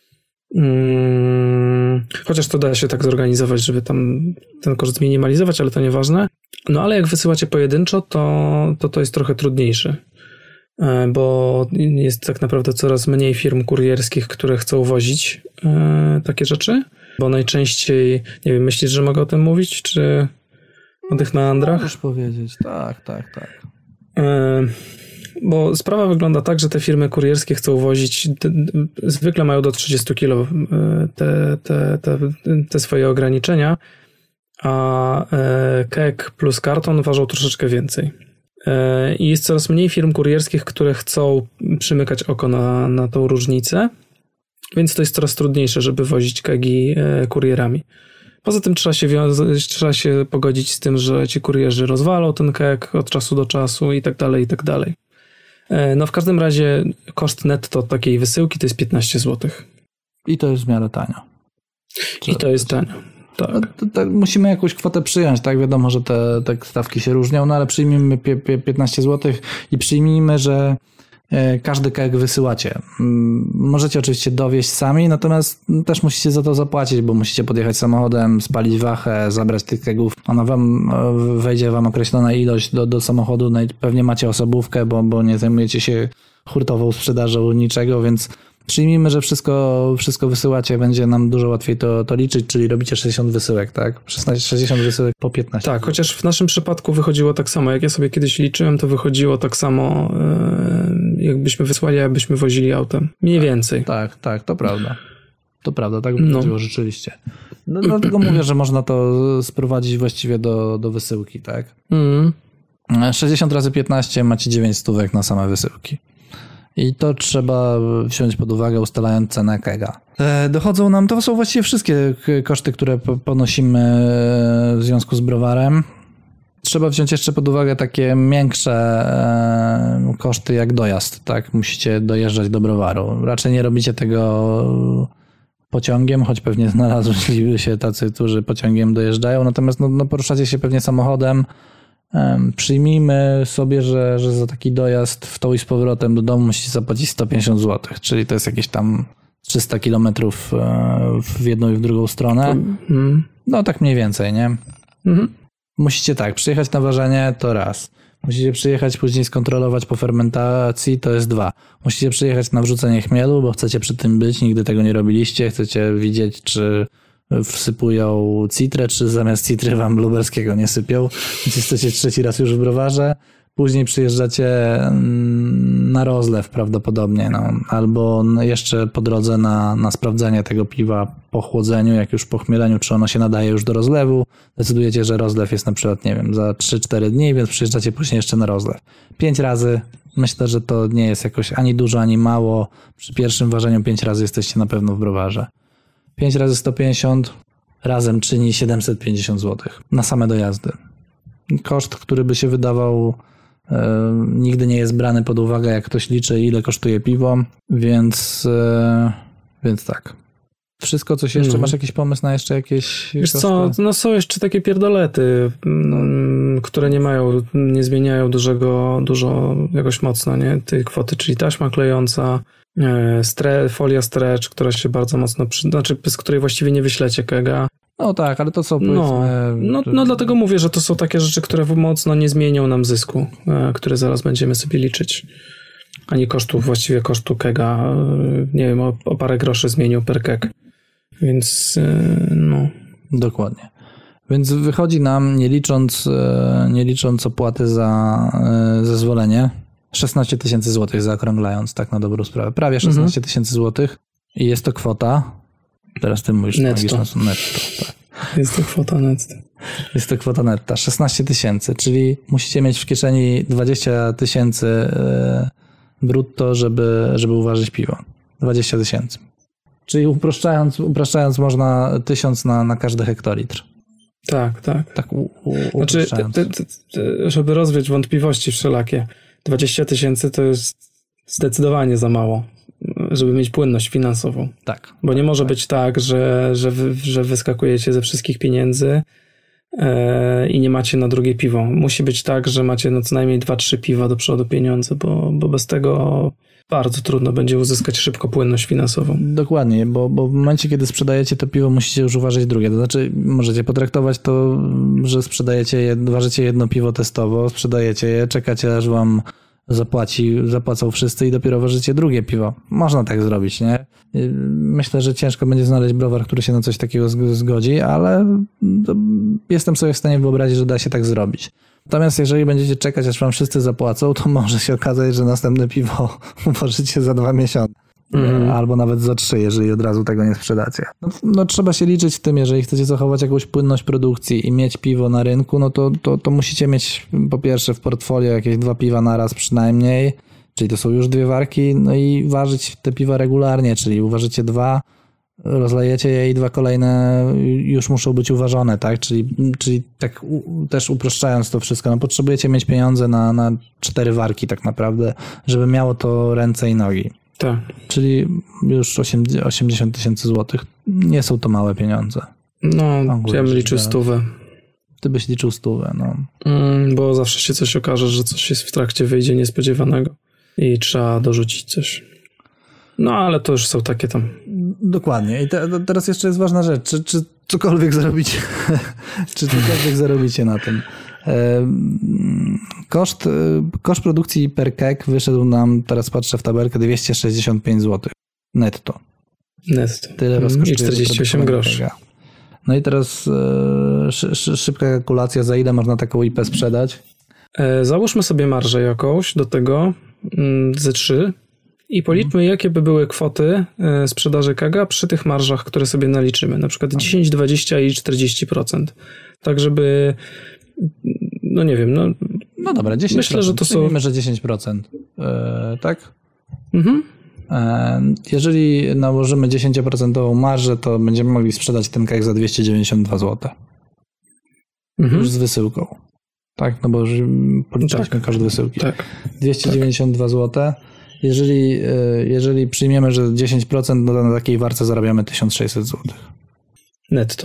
Chociaż to da się tak zorganizować, żeby tam ten koszt zminimalizować, ale to nieważne. No ale jak wysyłacie pojedynczo, to jest trochę trudniejsze, bo jest tak naprawdę coraz mniej firm kurierskich, które chcą wozić takie rzeczy, bo najczęściej, nie wiem, myślisz, że mogę o tym mówić, czy o tych meandrach? Możesz powiedzieć, tak. Bo sprawa wygląda tak, że te firmy kurierskie chcą wozić, zwykle mają do 30 kg te swoje ograniczenia, a keg plus karton ważą troszeczkę więcej. I jest coraz mniej firm kurierskich, które chcą przymykać oko na tą różnicę, więc to jest coraz trudniejsze, żeby wozić kegi kurierami. Poza tym trzeba się pogodzić z tym, że ci kurierzy rozwalą ten keg od czasu do czasu i tak dalej. No w każdym razie koszt netto takiej wysyłki to jest 15 zł. I to jest w miarę tanio. I to jest tanio, tak. No, musimy jakąś kwotę przyjąć, tak? Wiadomo, że te stawki się różnią, no ale przyjmijmy 15 zł i przyjmijmy, że każdy keg wysyłacie. Możecie oczywiście dowieźć sami, natomiast też musicie za to zapłacić, bo musicie podjechać samochodem, spalić wachę, zabrać tych kegów. Wejdzie wam określona ilość do samochodu, no i pewnie macie osobówkę, bo nie zajmujecie się hurtową sprzedażą niczego, więc przyjmijmy, że wszystko wysyłacie, będzie nam dużo łatwiej to liczyć, czyli robicie 60 wysyłek, tak? 60 wysyłek po 15. Tak, chociaż w naszym przypadku wychodziło tak samo. Jak ja sobie kiedyś liczyłem, to wychodziło tak samo, jakbyśmy wysłali, jakbyśmy wozili autem. Mniej więcej. Tak, to prawda. To prawda, tak wychodziło rzeczywiście. No, dlatego mówię, że można to sprowadzić właściwie do wysyłki, tak? 60 razy 15 macie 9 stówek na same wysyłki. I to trzeba wziąć pod uwagę, ustalając cenę kega. Dochodzą nam, to są właściwie wszystkie koszty, które ponosimy w związku z browarem. Trzeba wziąć jeszcze pod uwagę takie większe koszty jak dojazd, tak? Musicie dojeżdżać do browaru. Raczej nie robicie tego pociągiem, choć pewnie znaleźliby się tacy, którzy pociągiem dojeżdżają, natomiast poruszacie się pewnie samochodem. Przyjmijmy sobie, że za taki dojazd w tą i z powrotem do domu musicie zapłacić 150 zł, czyli to jest jakieś tam 300 kilometrów w jedną i w drugą stronę. No tak mniej więcej, nie? Musicie przyjechać na ważenie to raz. Musicie przyjechać później skontrolować po fermentacji, to jest 2. Musicie przyjechać na wrzucenie chmielu, bo chcecie przy tym być, nigdy tego nie robiliście, chcecie widzieć, czy wsypują citrę, czy zamiast citry wam lubelskiego nie sypią, więc jesteście 3. raz już w browarze. Później przyjeżdżacie na rozlew prawdopodobnie, albo jeszcze po drodze na sprawdzenie tego piwa po chłodzeniu, jak już po chmieleniu, czy ono się nadaje już do rozlewu. Decydujecie, że rozlew jest na przykład, nie wiem, za 3-4 dni, więc przyjeżdżacie później jeszcze na rozlew. 5 razy, myślę, że to nie jest jakoś ani dużo, ani mało. Przy pierwszym ważeniu 5 razy jesteście na pewno w browarze. 5 razy 150 razem czyni 750 zł na same dojazdy. Koszt, który by się wydawał, nigdy nie jest brany pod uwagę, jak ktoś liczy, ile kosztuje piwo, więc tak. Wszystko, coś jeszcze? Masz jakiś pomysł na jeszcze jakieś Wiesz koszty? co, no są jeszcze takie pierdolety, które nie zmieniają dużo jakoś mocno, nie? Tej kwoty, czyli taśma klejąca, folia stretch, która się bardzo mocno z której właściwie nie wyślecie kega. No tak, ale to co powiedzmy... No dlatego mówię, że to są takie rzeczy, które mocno nie zmienią nam zysku, które zaraz będziemy sobie liczyć. Ani właściwie kosztu kega, nie wiem, o parę groszy zmienił per keg. Więc no... Dokładnie. Więc wychodzi nam, nie licząc opłaty za zezwolenie, 16 000 złotych, zaokrąglając tak na dobrą sprawę. Prawie 16 000 złotych i jest to kwota, teraz ty mówisz netto. Netto, tak. Jest to kwota netto. Jest to kwota netta, 16 000, czyli musicie mieć w kieszeni 20 000 brutto, żeby uważać piwo. 20 000. Czyli upraszczając można 1000 na każdy hektolitr. Tak. Tak Znaczy, upraszczając. żeby rozwiać wątpliwości wszelakie, 20 000 to jest zdecydowanie za mało, żeby mieć płynność finansową. Tak. Bo nie może być tak, że wyskakujecie ze wszystkich pieniędzy i nie macie na drugie piwo. Musi być tak, że macie co najmniej 2-3 piwa do przodu pieniądze, bo bez tego bardzo trudno będzie uzyskać szybko płynność finansową. Dokładnie, bo w momencie, kiedy sprzedajecie to piwo, musicie już uważać drugie. To znaczy, możecie potraktować to, że ważycie jedno piwo testowo, sprzedajecie je, czekacie, aż wam zapłacą wszyscy i dopiero ważycie drugie piwo. Można tak zrobić, nie? Myślę, że ciężko będzie znaleźć browar, który się na coś takiego zgodzi, ale jestem sobie w stanie wyobrazić, że da się tak zrobić. Natomiast jeżeli będziecie czekać, aż wam wszyscy zapłacą, to może się okazać, że następne piwo uważycie za 2 miesiące. Albo nawet za 3, jeżeli od razu tego nie sprzedacie. No trzeba się liczyć z tym, jeżeli chcecie zachować jakąś płynność produkcji i mieć piwo na rynku, no to musicie mieć po pierwsze w portfolio jakieś 2 piwa na raz przynajmniej, czyli to są już 2 warki, no i ważyć te piwa regularnie, czyli uważycie 2, rozlejecie je i 2 kolejne już muszą być uważone, tak? Czyli tak też uproszczając to wszystko, no potrzebujecie mieć pieniądze na 4 warki tak naprawdę, żeby miało to ręce i nogi. Tak. Czyli już 80 000 złotych. Nie są to małe pieniądze. No, ja bym liczył 100. Ty byś liczył 100, no. Bo zawsze się coś okaże, że coś jest w trakcie wyjdzie niespodziewanego i trzeba dorzucić coś. No, ale to już są takie tam... Dokładnie. I teraz jeszcze jest ważna rzecz. Czy cokolwiek zarobicie? Czy cokolwiek zarobicie na tym? Koszt produkcji per keg wyszedł nam, teraz patrzę w tabelkę, 265 zł netto. Tyle i 48 groszy. No i teraz szybka kalkulacja, za ile można taką IP sprzedać? Załóżmy sobie marżę jakąś do tego ze 3 i policzmy, jakie by były kwoty sprzedaży kega przy tych marżach, które sobie naliczymy. Na przykład 10, 20 i 40%. Tak, żeby no nie wiem, no dobra, 10%. Myślę, że to są... Mówimy, że 10%. Tak? Jeżeli nałożymy 10% marżę, to będziemy mogli sprzedać ten keg za 292 zł. Już z wysyłką. Tak? No bo już policzyliśmy koszt wysyłki. Tak. 292 zł. Jeżeli przyjmiemy, że 10%, no to na takiej warce zarabiamy 1600 zł. Netto.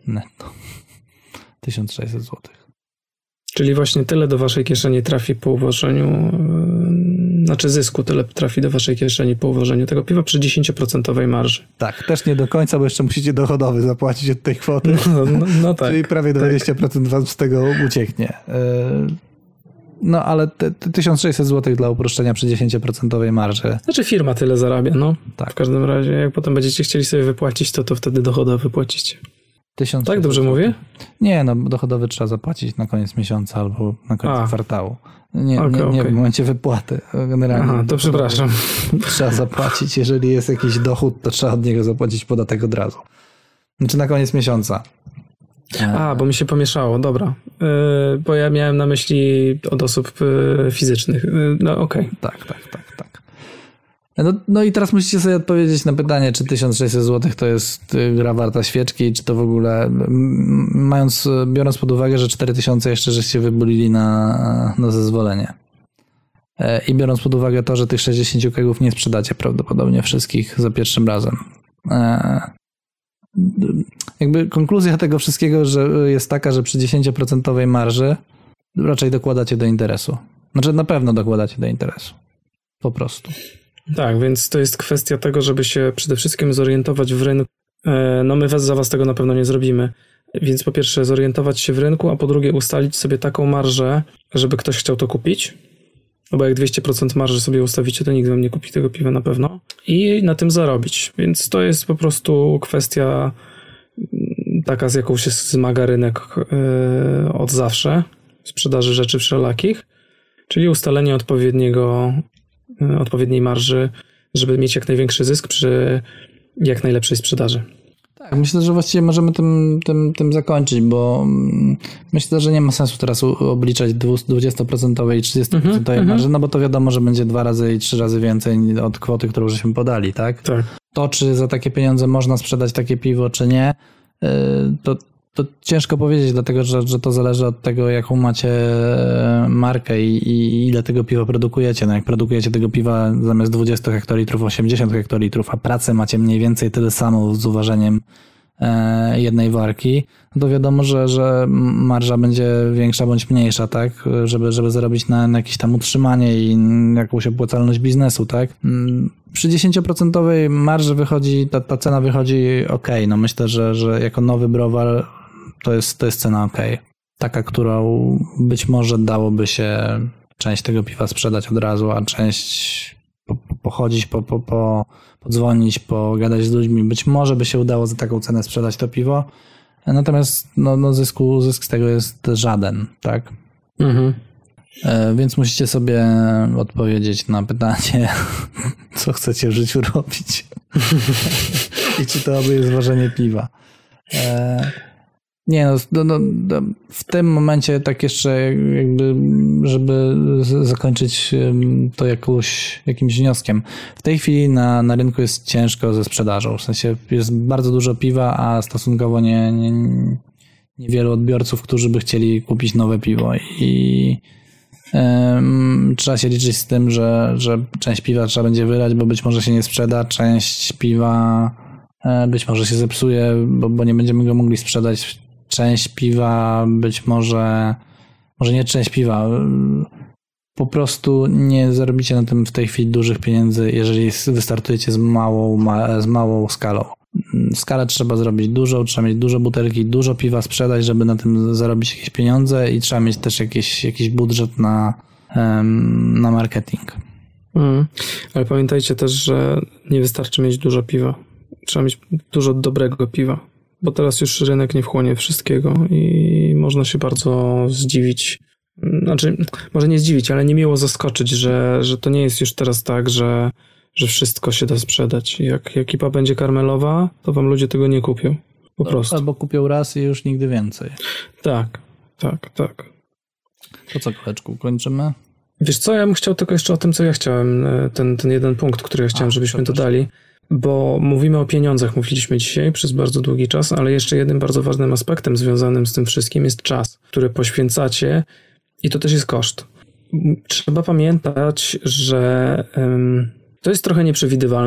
1600 zł. Czyli właśnie tyle do waszej kieszeni trafi po uważaniu znaczy zysku, tyle trafi do waszej kieszeni po uważaniu tego piwa przy 10% marży. Tak, też nie do końca, bo jeszcze musicie dochodowy zapłacić od tej kwoty. No tak. Czyli prawie 20% wam z tego ucieknie. No ale te 1600 zł dla uproszczenia przy 10% marży. Znaczy firma tyle zarabia, no. Tak. W każdym razie, jak potem będziecie chcieli sobie wypłacić, to wtedy dochodowy płacicie. 1600 Tak, dobrze mówię? Nie, no dochodowy trzeba zapłacić na koniec miesiąca albo na koniec kwartału. Nie w momencie wypłaty. Generalnie. Aha, to przepraszam. Trzeba zapłacić. Jeżeli jest jakiś dochód, to trzeba od niego zapłacić podatek od razu. Znaczy na koniec miesiąca. Bo mi się pomieszało, dobra. Bo ja miałem na myśli od osób fizycznych. No okej. Tak. No i teraz musicie sobie odpowiedzieć na pytanie, czy 1600 zł to jest gra warta świeczki, czy to w ogóle, biorąc pod uwagę, że 4000 jeszcze żeście wybolili na zezwolenie. I biorąc pod uwagę to, że tych 60 kegów nie sprzedacie prawdopodobnie wszystkich za pierwszym razem. Jakby konkluzja tego wszystkiego jest taka, że przy 10% marży raczej dokładacie do interesu. Znaczy na pewno dokładacie do interesu. Po prostu. Tak, więc to jest kwestia tego, żeby się przede wszystkim zorientować w rynku. No my za was tego na pewno nie zrobimy. Więc po pierwsze zorientować się w rynku, a po drugie ustalić sobie taką marżę, żeby ktoś chciał to kupić. No bo jak 200% marży sobie ustawicie, to nikt wam nie kupi tego piwa na pewno. I na tym zarobić. Więc to jest po prostu kwestia taka, z jaką się zmaga rynek od zawsze. Sprzedaży rzeczy wszelakich. Czyli ustalenie odpowiedniej marży, żeby mieć jak największy zysk przy jak najlepszej sprzedaży. Tak, myślę, że właściwie możemy tym zakończyć, bo myślę, że nie ma sensu teraz obliczać 20% i 30% marży, no bo to wiadomo, że będzie 2 razy i 3 razy więcej od kwoty, którą żeśmy podali, tak? Tak. To, czy za takie pieniądze można sprzedać takie piwo, czy nie, to ciężko powiedzieć, dlatego że to zależy od tego, jaką macie markę i ile tego piwa produkujecie. No jak produkujecie tego piwa zamiast 20 hektolitrów 80 hektolitrów, a pracę macie mniej więcej tyle samo z uważeniem jednej warki, no to wiadomo, że marża będzie większa bądź mniejsza, tak? Żeby zarobić na jakieś tam utrzymanie i jakąś opłacalność biznesu, tak? Przy 10% marży wychodzi, ta cena wychodzi okej. No myślę, że jako nowy browar to jest cena okej. Taka, którą być może dałoby się część tego piwa sprzedać od razu, a część pochodzić, podzwonić, pogadać z ludźmi. Być może by się udało za taką cenę sprzedać to piwo. Natomiast zysk z tego jest żaden, tak? Mhm. Więc musicie sobie odpowiedzieć na pytanie, co chcecie w życiu robić. I czy to jest ważenie piwa. Nie w tym momencie tak jeszcze jakby, żeby zakończyć to jakimś wnioskiem. W tej chwili na rynku jest ciężko ze sprzedażą. W sensie jest bardzo dużo piwa, a stosunkowo niewielu odbiorców, którzy by chcieli kupić nowe piwo i trzeba się liczyć z tym, że część piwa trzeba będzie wylać, bo być może się nie sprzeda, część piwa być może się zepsuje, bo nie będziemy go mogli sprzedać. Część piwa, być może nie część piwa, po prostu nie zarobicie na tym w tej chwili dużych pieniędzy, jeżeli wystartujecie z małą skalą. Skalę trzeba zrobić dużą, trzeba mieć dużo butelki, dużo piwa sprzedać, żeby na tym zarobić jakieś pieniądze i trzeba mieć też jakiś budżet na marketing. Ale pamiętajcie też, że nie wystarczy mieć dużo piwa. Trzeba mieć dużo dobrego piwa. Bo teraz już rynek nie wchłonie wszystkiego i można się bardzo zdziwić. Znaczy, może nie zdziwić, ale niemiło zaskoczyć, że to nie jest już teraz tak, że wszystko się da sprzedać. Jak ekipa będzie karmelowa, to wam ludzie tego nie kupią. Po prostu. Albo kupią raz i już nigdy więcej. Tak. To co, koleczku, kończymy? Wiesz co, ja bym chciał tylko jeszcze o tym, co ja chciałem, ten jeden punkt, który ja chciałem, żebyśmy dodali. Bo mówimy o pieniądzach, mówiliśmy dzisiaj przez bardzo długi czas, ale jeszcze jednym bardzo ważnym aspektem związanym z tym wszystkim jest czas, który poświęcacie i to też jest koszt. Trzeba pamiętać, że to jest trochę nieprzewidywalne.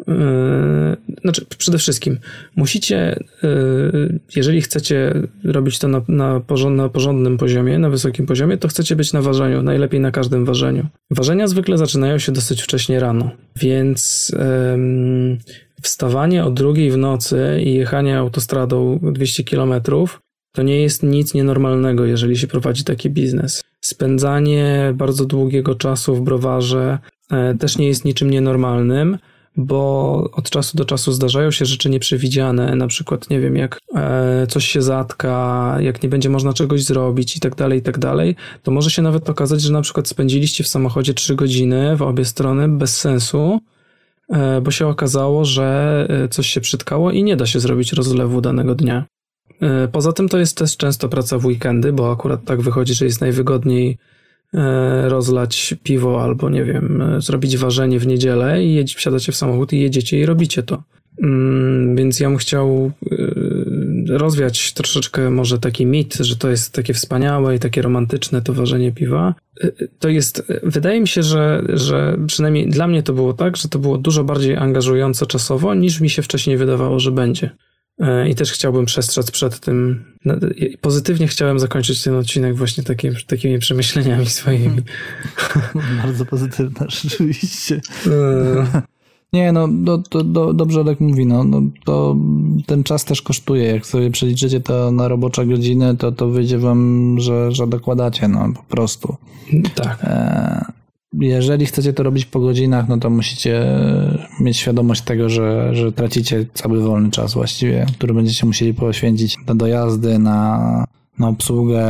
Znaczy, przede wszystkim musicie, jeżeli chcecie robić to na porządnym poziomie, na wysokim poziomie, to chcecie być na ważeniu, najlepiej na każdym ważeniu. Ważenia zwykle zaczynają się dosyć wcześnie rano, więc wstawanie o 2:00 w nocy i jechanie autostradą 200 km to nie jest nic nienormalnego, jeżeli się prowadzi taki biznes. Spędzanie bardzo długiego czasu w browarze też nie jest niczym nienormalnym, bo od czasu do czasu zdarzają się rzeczy nieprzewidziane, na przykład, nie wiem, jak coś się zatka, jak nie będzie można czegoś zrobić i tak dalej, to może się nawet okazać, że na przykład spędziliście w samochodzie 3 godziny w obie strony bez sensu, bo się okazało, że coś się przytkało i nie da się zrobić rozlewu danego dnia. Poza tym to jest też często praca w weekendy, bo akurat tak wychodzi, że jest najwygodniej rozlać piwo albo, nie wiem, zrobić ważenie w niedzielę i wsiadacie w samochód i jedziecie i robicie to. Więc ja bym chciał rozwiać troszeczkę może taki mit, że to jest takie wspaniałe i takie romantyczne to ważenie piwa. To jest, wydaje mi się, że przynajmniej dla mnie to było tak, że to było dużo bardziej angażujące czasowo, niż mi się wcześniej wydawało, że będzie. I też chciałbym przestrzec przed tym. Pozytywnie chciałem zakończyć ten odcinek właśnie takimi przemyśleniami swoimi. Bardzo pozytywne, rzeczywiście. Nie, no dobrze Olek mówi, to ten czas też kosztuje. Jak sobie przeliczycie to na robocze godziny, to wyjdzie wam, że dokładacie, po prostu. Tak. Jeżeli chcecie to robić po godzinach, to musicie mieć świadomość tego, że tracicie cały wolny czas właściwie, który będziecie musieli poświęcić na dojazdy, na obsługę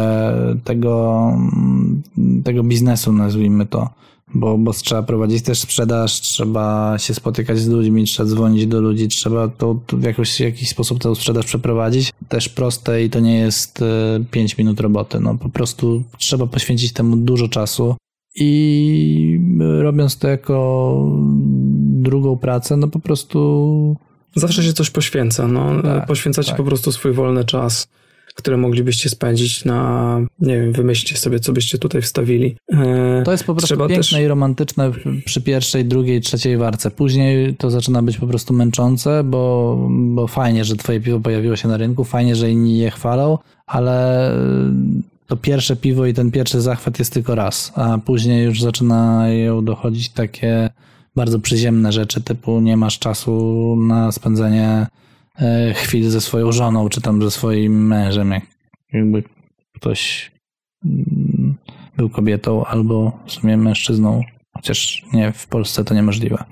tego biznesu, nazwijmy to, bo trzeba prowadzić też sprzedaż, trzeba się spotykać z ludźmi, trzeba dzwonić do ludzi, trzeba to w jakiś sposób tę sprzedaż przeprowadzić. Też proste i to nie jest 5 minut roboty. Po prostu trzeba poświęcić temu dużo czasu. I robiąc to jako drugą pracę, po prostu... Zawsze się coś poświęca, poświęcacie po prostu swój wolny czas, który moglibyście spędzić na, nie wiem, wymyślcie sobie, co byście tutaj wstawili. To jest po prostu piękne i romantyczne przy pierwszej, drugiej, trzeciej warce. Później to zaczyna być po prostu męczące, bo fajnie, że twoje piwo pojawiło się na rynku, fajnie, że inni je chwalą, ale... To pierwsze piwo i ten pierwszy zachwyt jest tylko raz, a później już zaczynają dochodzić takie bardzo przyziemne rzeczy, typu nie masz czasu na spędzenie chwil ze swoją żoną, czy tam ze swoim mężem, jakby ktoś był kobietą albo w sumie mężczyzną, chociaż nie, w Polsce to niemożliwe.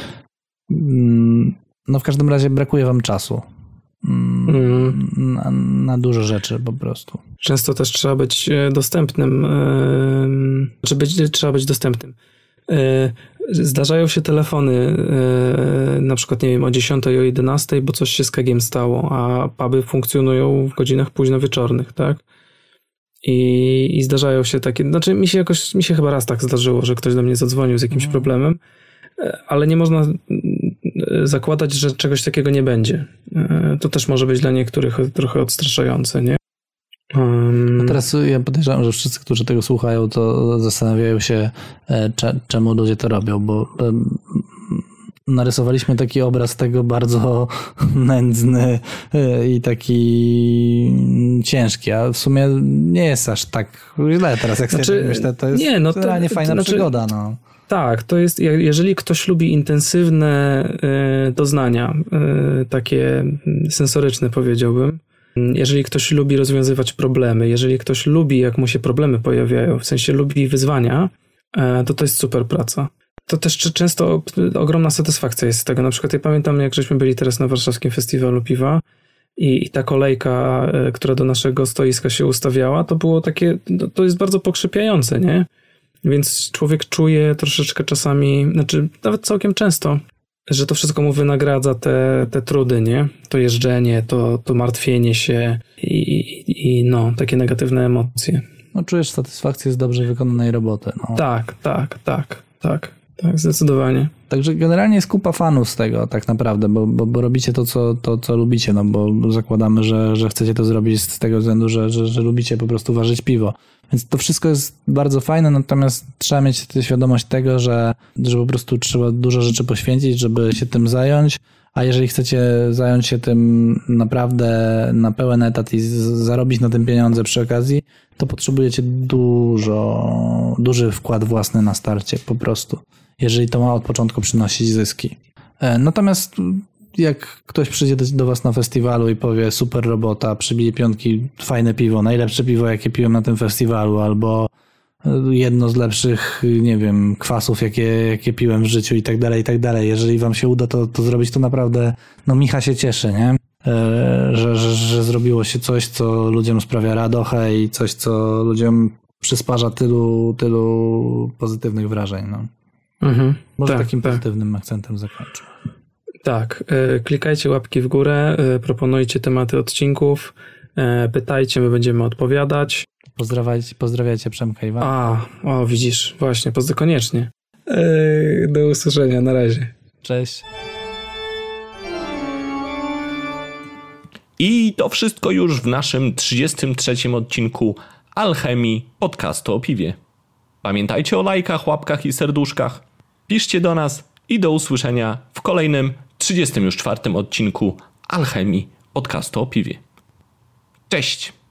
W każdym razie brakuje wam czasu. Na dużo rzeczy po prostu. Często też trzeba być dostępnym. Trzeba być dostępnym. Zdarzają się telefony na przykład, nie wiem, o 10, o 11, bo coś się z kegiem stało, a puby funkcjonują w godzinach późno wieczornych, tak? I zdarzają się takie, znaczy mi się chyba raz tak zdarzyło, że ktoś do mnie zadzwonił z jakimś problemem, ale nie można zakładać, że czegoś takiego nie będzie. To też może być dla niektórych trochę odstraszające, nie? A teraz ja podejrzewam, że wszyscy, którzy tego słuchają, to zastanawiają się, czemu ludzie to robią, bo narysowaliśmy taki obraz tego bardzo nędzny i taki ciężki, a w sumie nie jest aż tak źle teraz, jak sobie myślę, to jest realnie fajna przygoda. Tak, to jest, jeżeli ktoś lubi intensywne doznania, takie sensoryczne, powiedziałbym, jeżeli ktoś lubi rozwiązywać problemy, jeżeli ktoś lubi, jak mu się problemy pojawiają, w sensie lubi wyzwania, to jest super praca. To też często ogromna satysfakcja jest z tego. Na przykład ja pamiętam, jak żeśmy byli teraz na warszawskim festiwalu piwa i ta kolejka, która do naszego stoiska się ustawiała, to było takie, to jest bardzo pokrzepiające, nie? Więc człowiek czuje troszeczkę czasami, znaczy nawet całkiem często, że to wszystko mu wynagradza te trudy, nie? To jeżdżenie, to martwienie się i takie negatywne emocje. Czujesz satysfakcję z dobrze wykonanej roboty. Tak. Tak, zdecydowanie. Także generalnie jest kupa fanów z tego tak naprawdę, bo robicie to, co lubicie, no bo zakładamy, że chcecie to zrobić z tego względu, że lubicie po prostu ważyć piwo. Więc to wszystko jest bardzo fajne, natomiast trzeba mieć świadomość tego, że po prostu trzeba dużo rzeczy poświęcić, żeby się tym zająć, a jeżeli chcecie zająć się tym naprawdę na pełen etat i zarobić na tym pieniądze przy okazji, to potrzebujecie duży wkład własny na starcie po prostu, jeżeli to ma od początku przynosić zyski. Natomiast jak ktoś przyjdzie do was na festiwalu i powie super robota, przybije piątki, fajne piwo, najlepsze piwo jakie piłem na tym festiwalu, albo jedno z lepszych, nie wiem, kwasów jakie piłem w życiu i tak dalej, jeżeli wam się uda to zrobić, to naprawdę, no Micha się cieszy, nie? Że zrobiło się coś, co ludziom sprawia radochę i coś, co ludziom przysparza tylu pozytywnych wrażeń, no. Może takim pozytywnym akcentem zakończę. Tak, klikajcie łapki w górę, proponujcie tematy odcinków, pytajcie, my będziemy odpowiadać. Pozdrawiajcie Przemka i Iwana. Widzisz, właśnie, koniecznie. Do usłyszenia, na razie. Cześć. I to wszystko już w naszym 33. odcinku Alchemii podcastu o piwie. Pamiętajcie o lajkach, łapkach i serduszkach. Piszcie do nas i do usłyszenia w kolejnym 34. odcinku Alchemii podcastu o piwie. Cześć!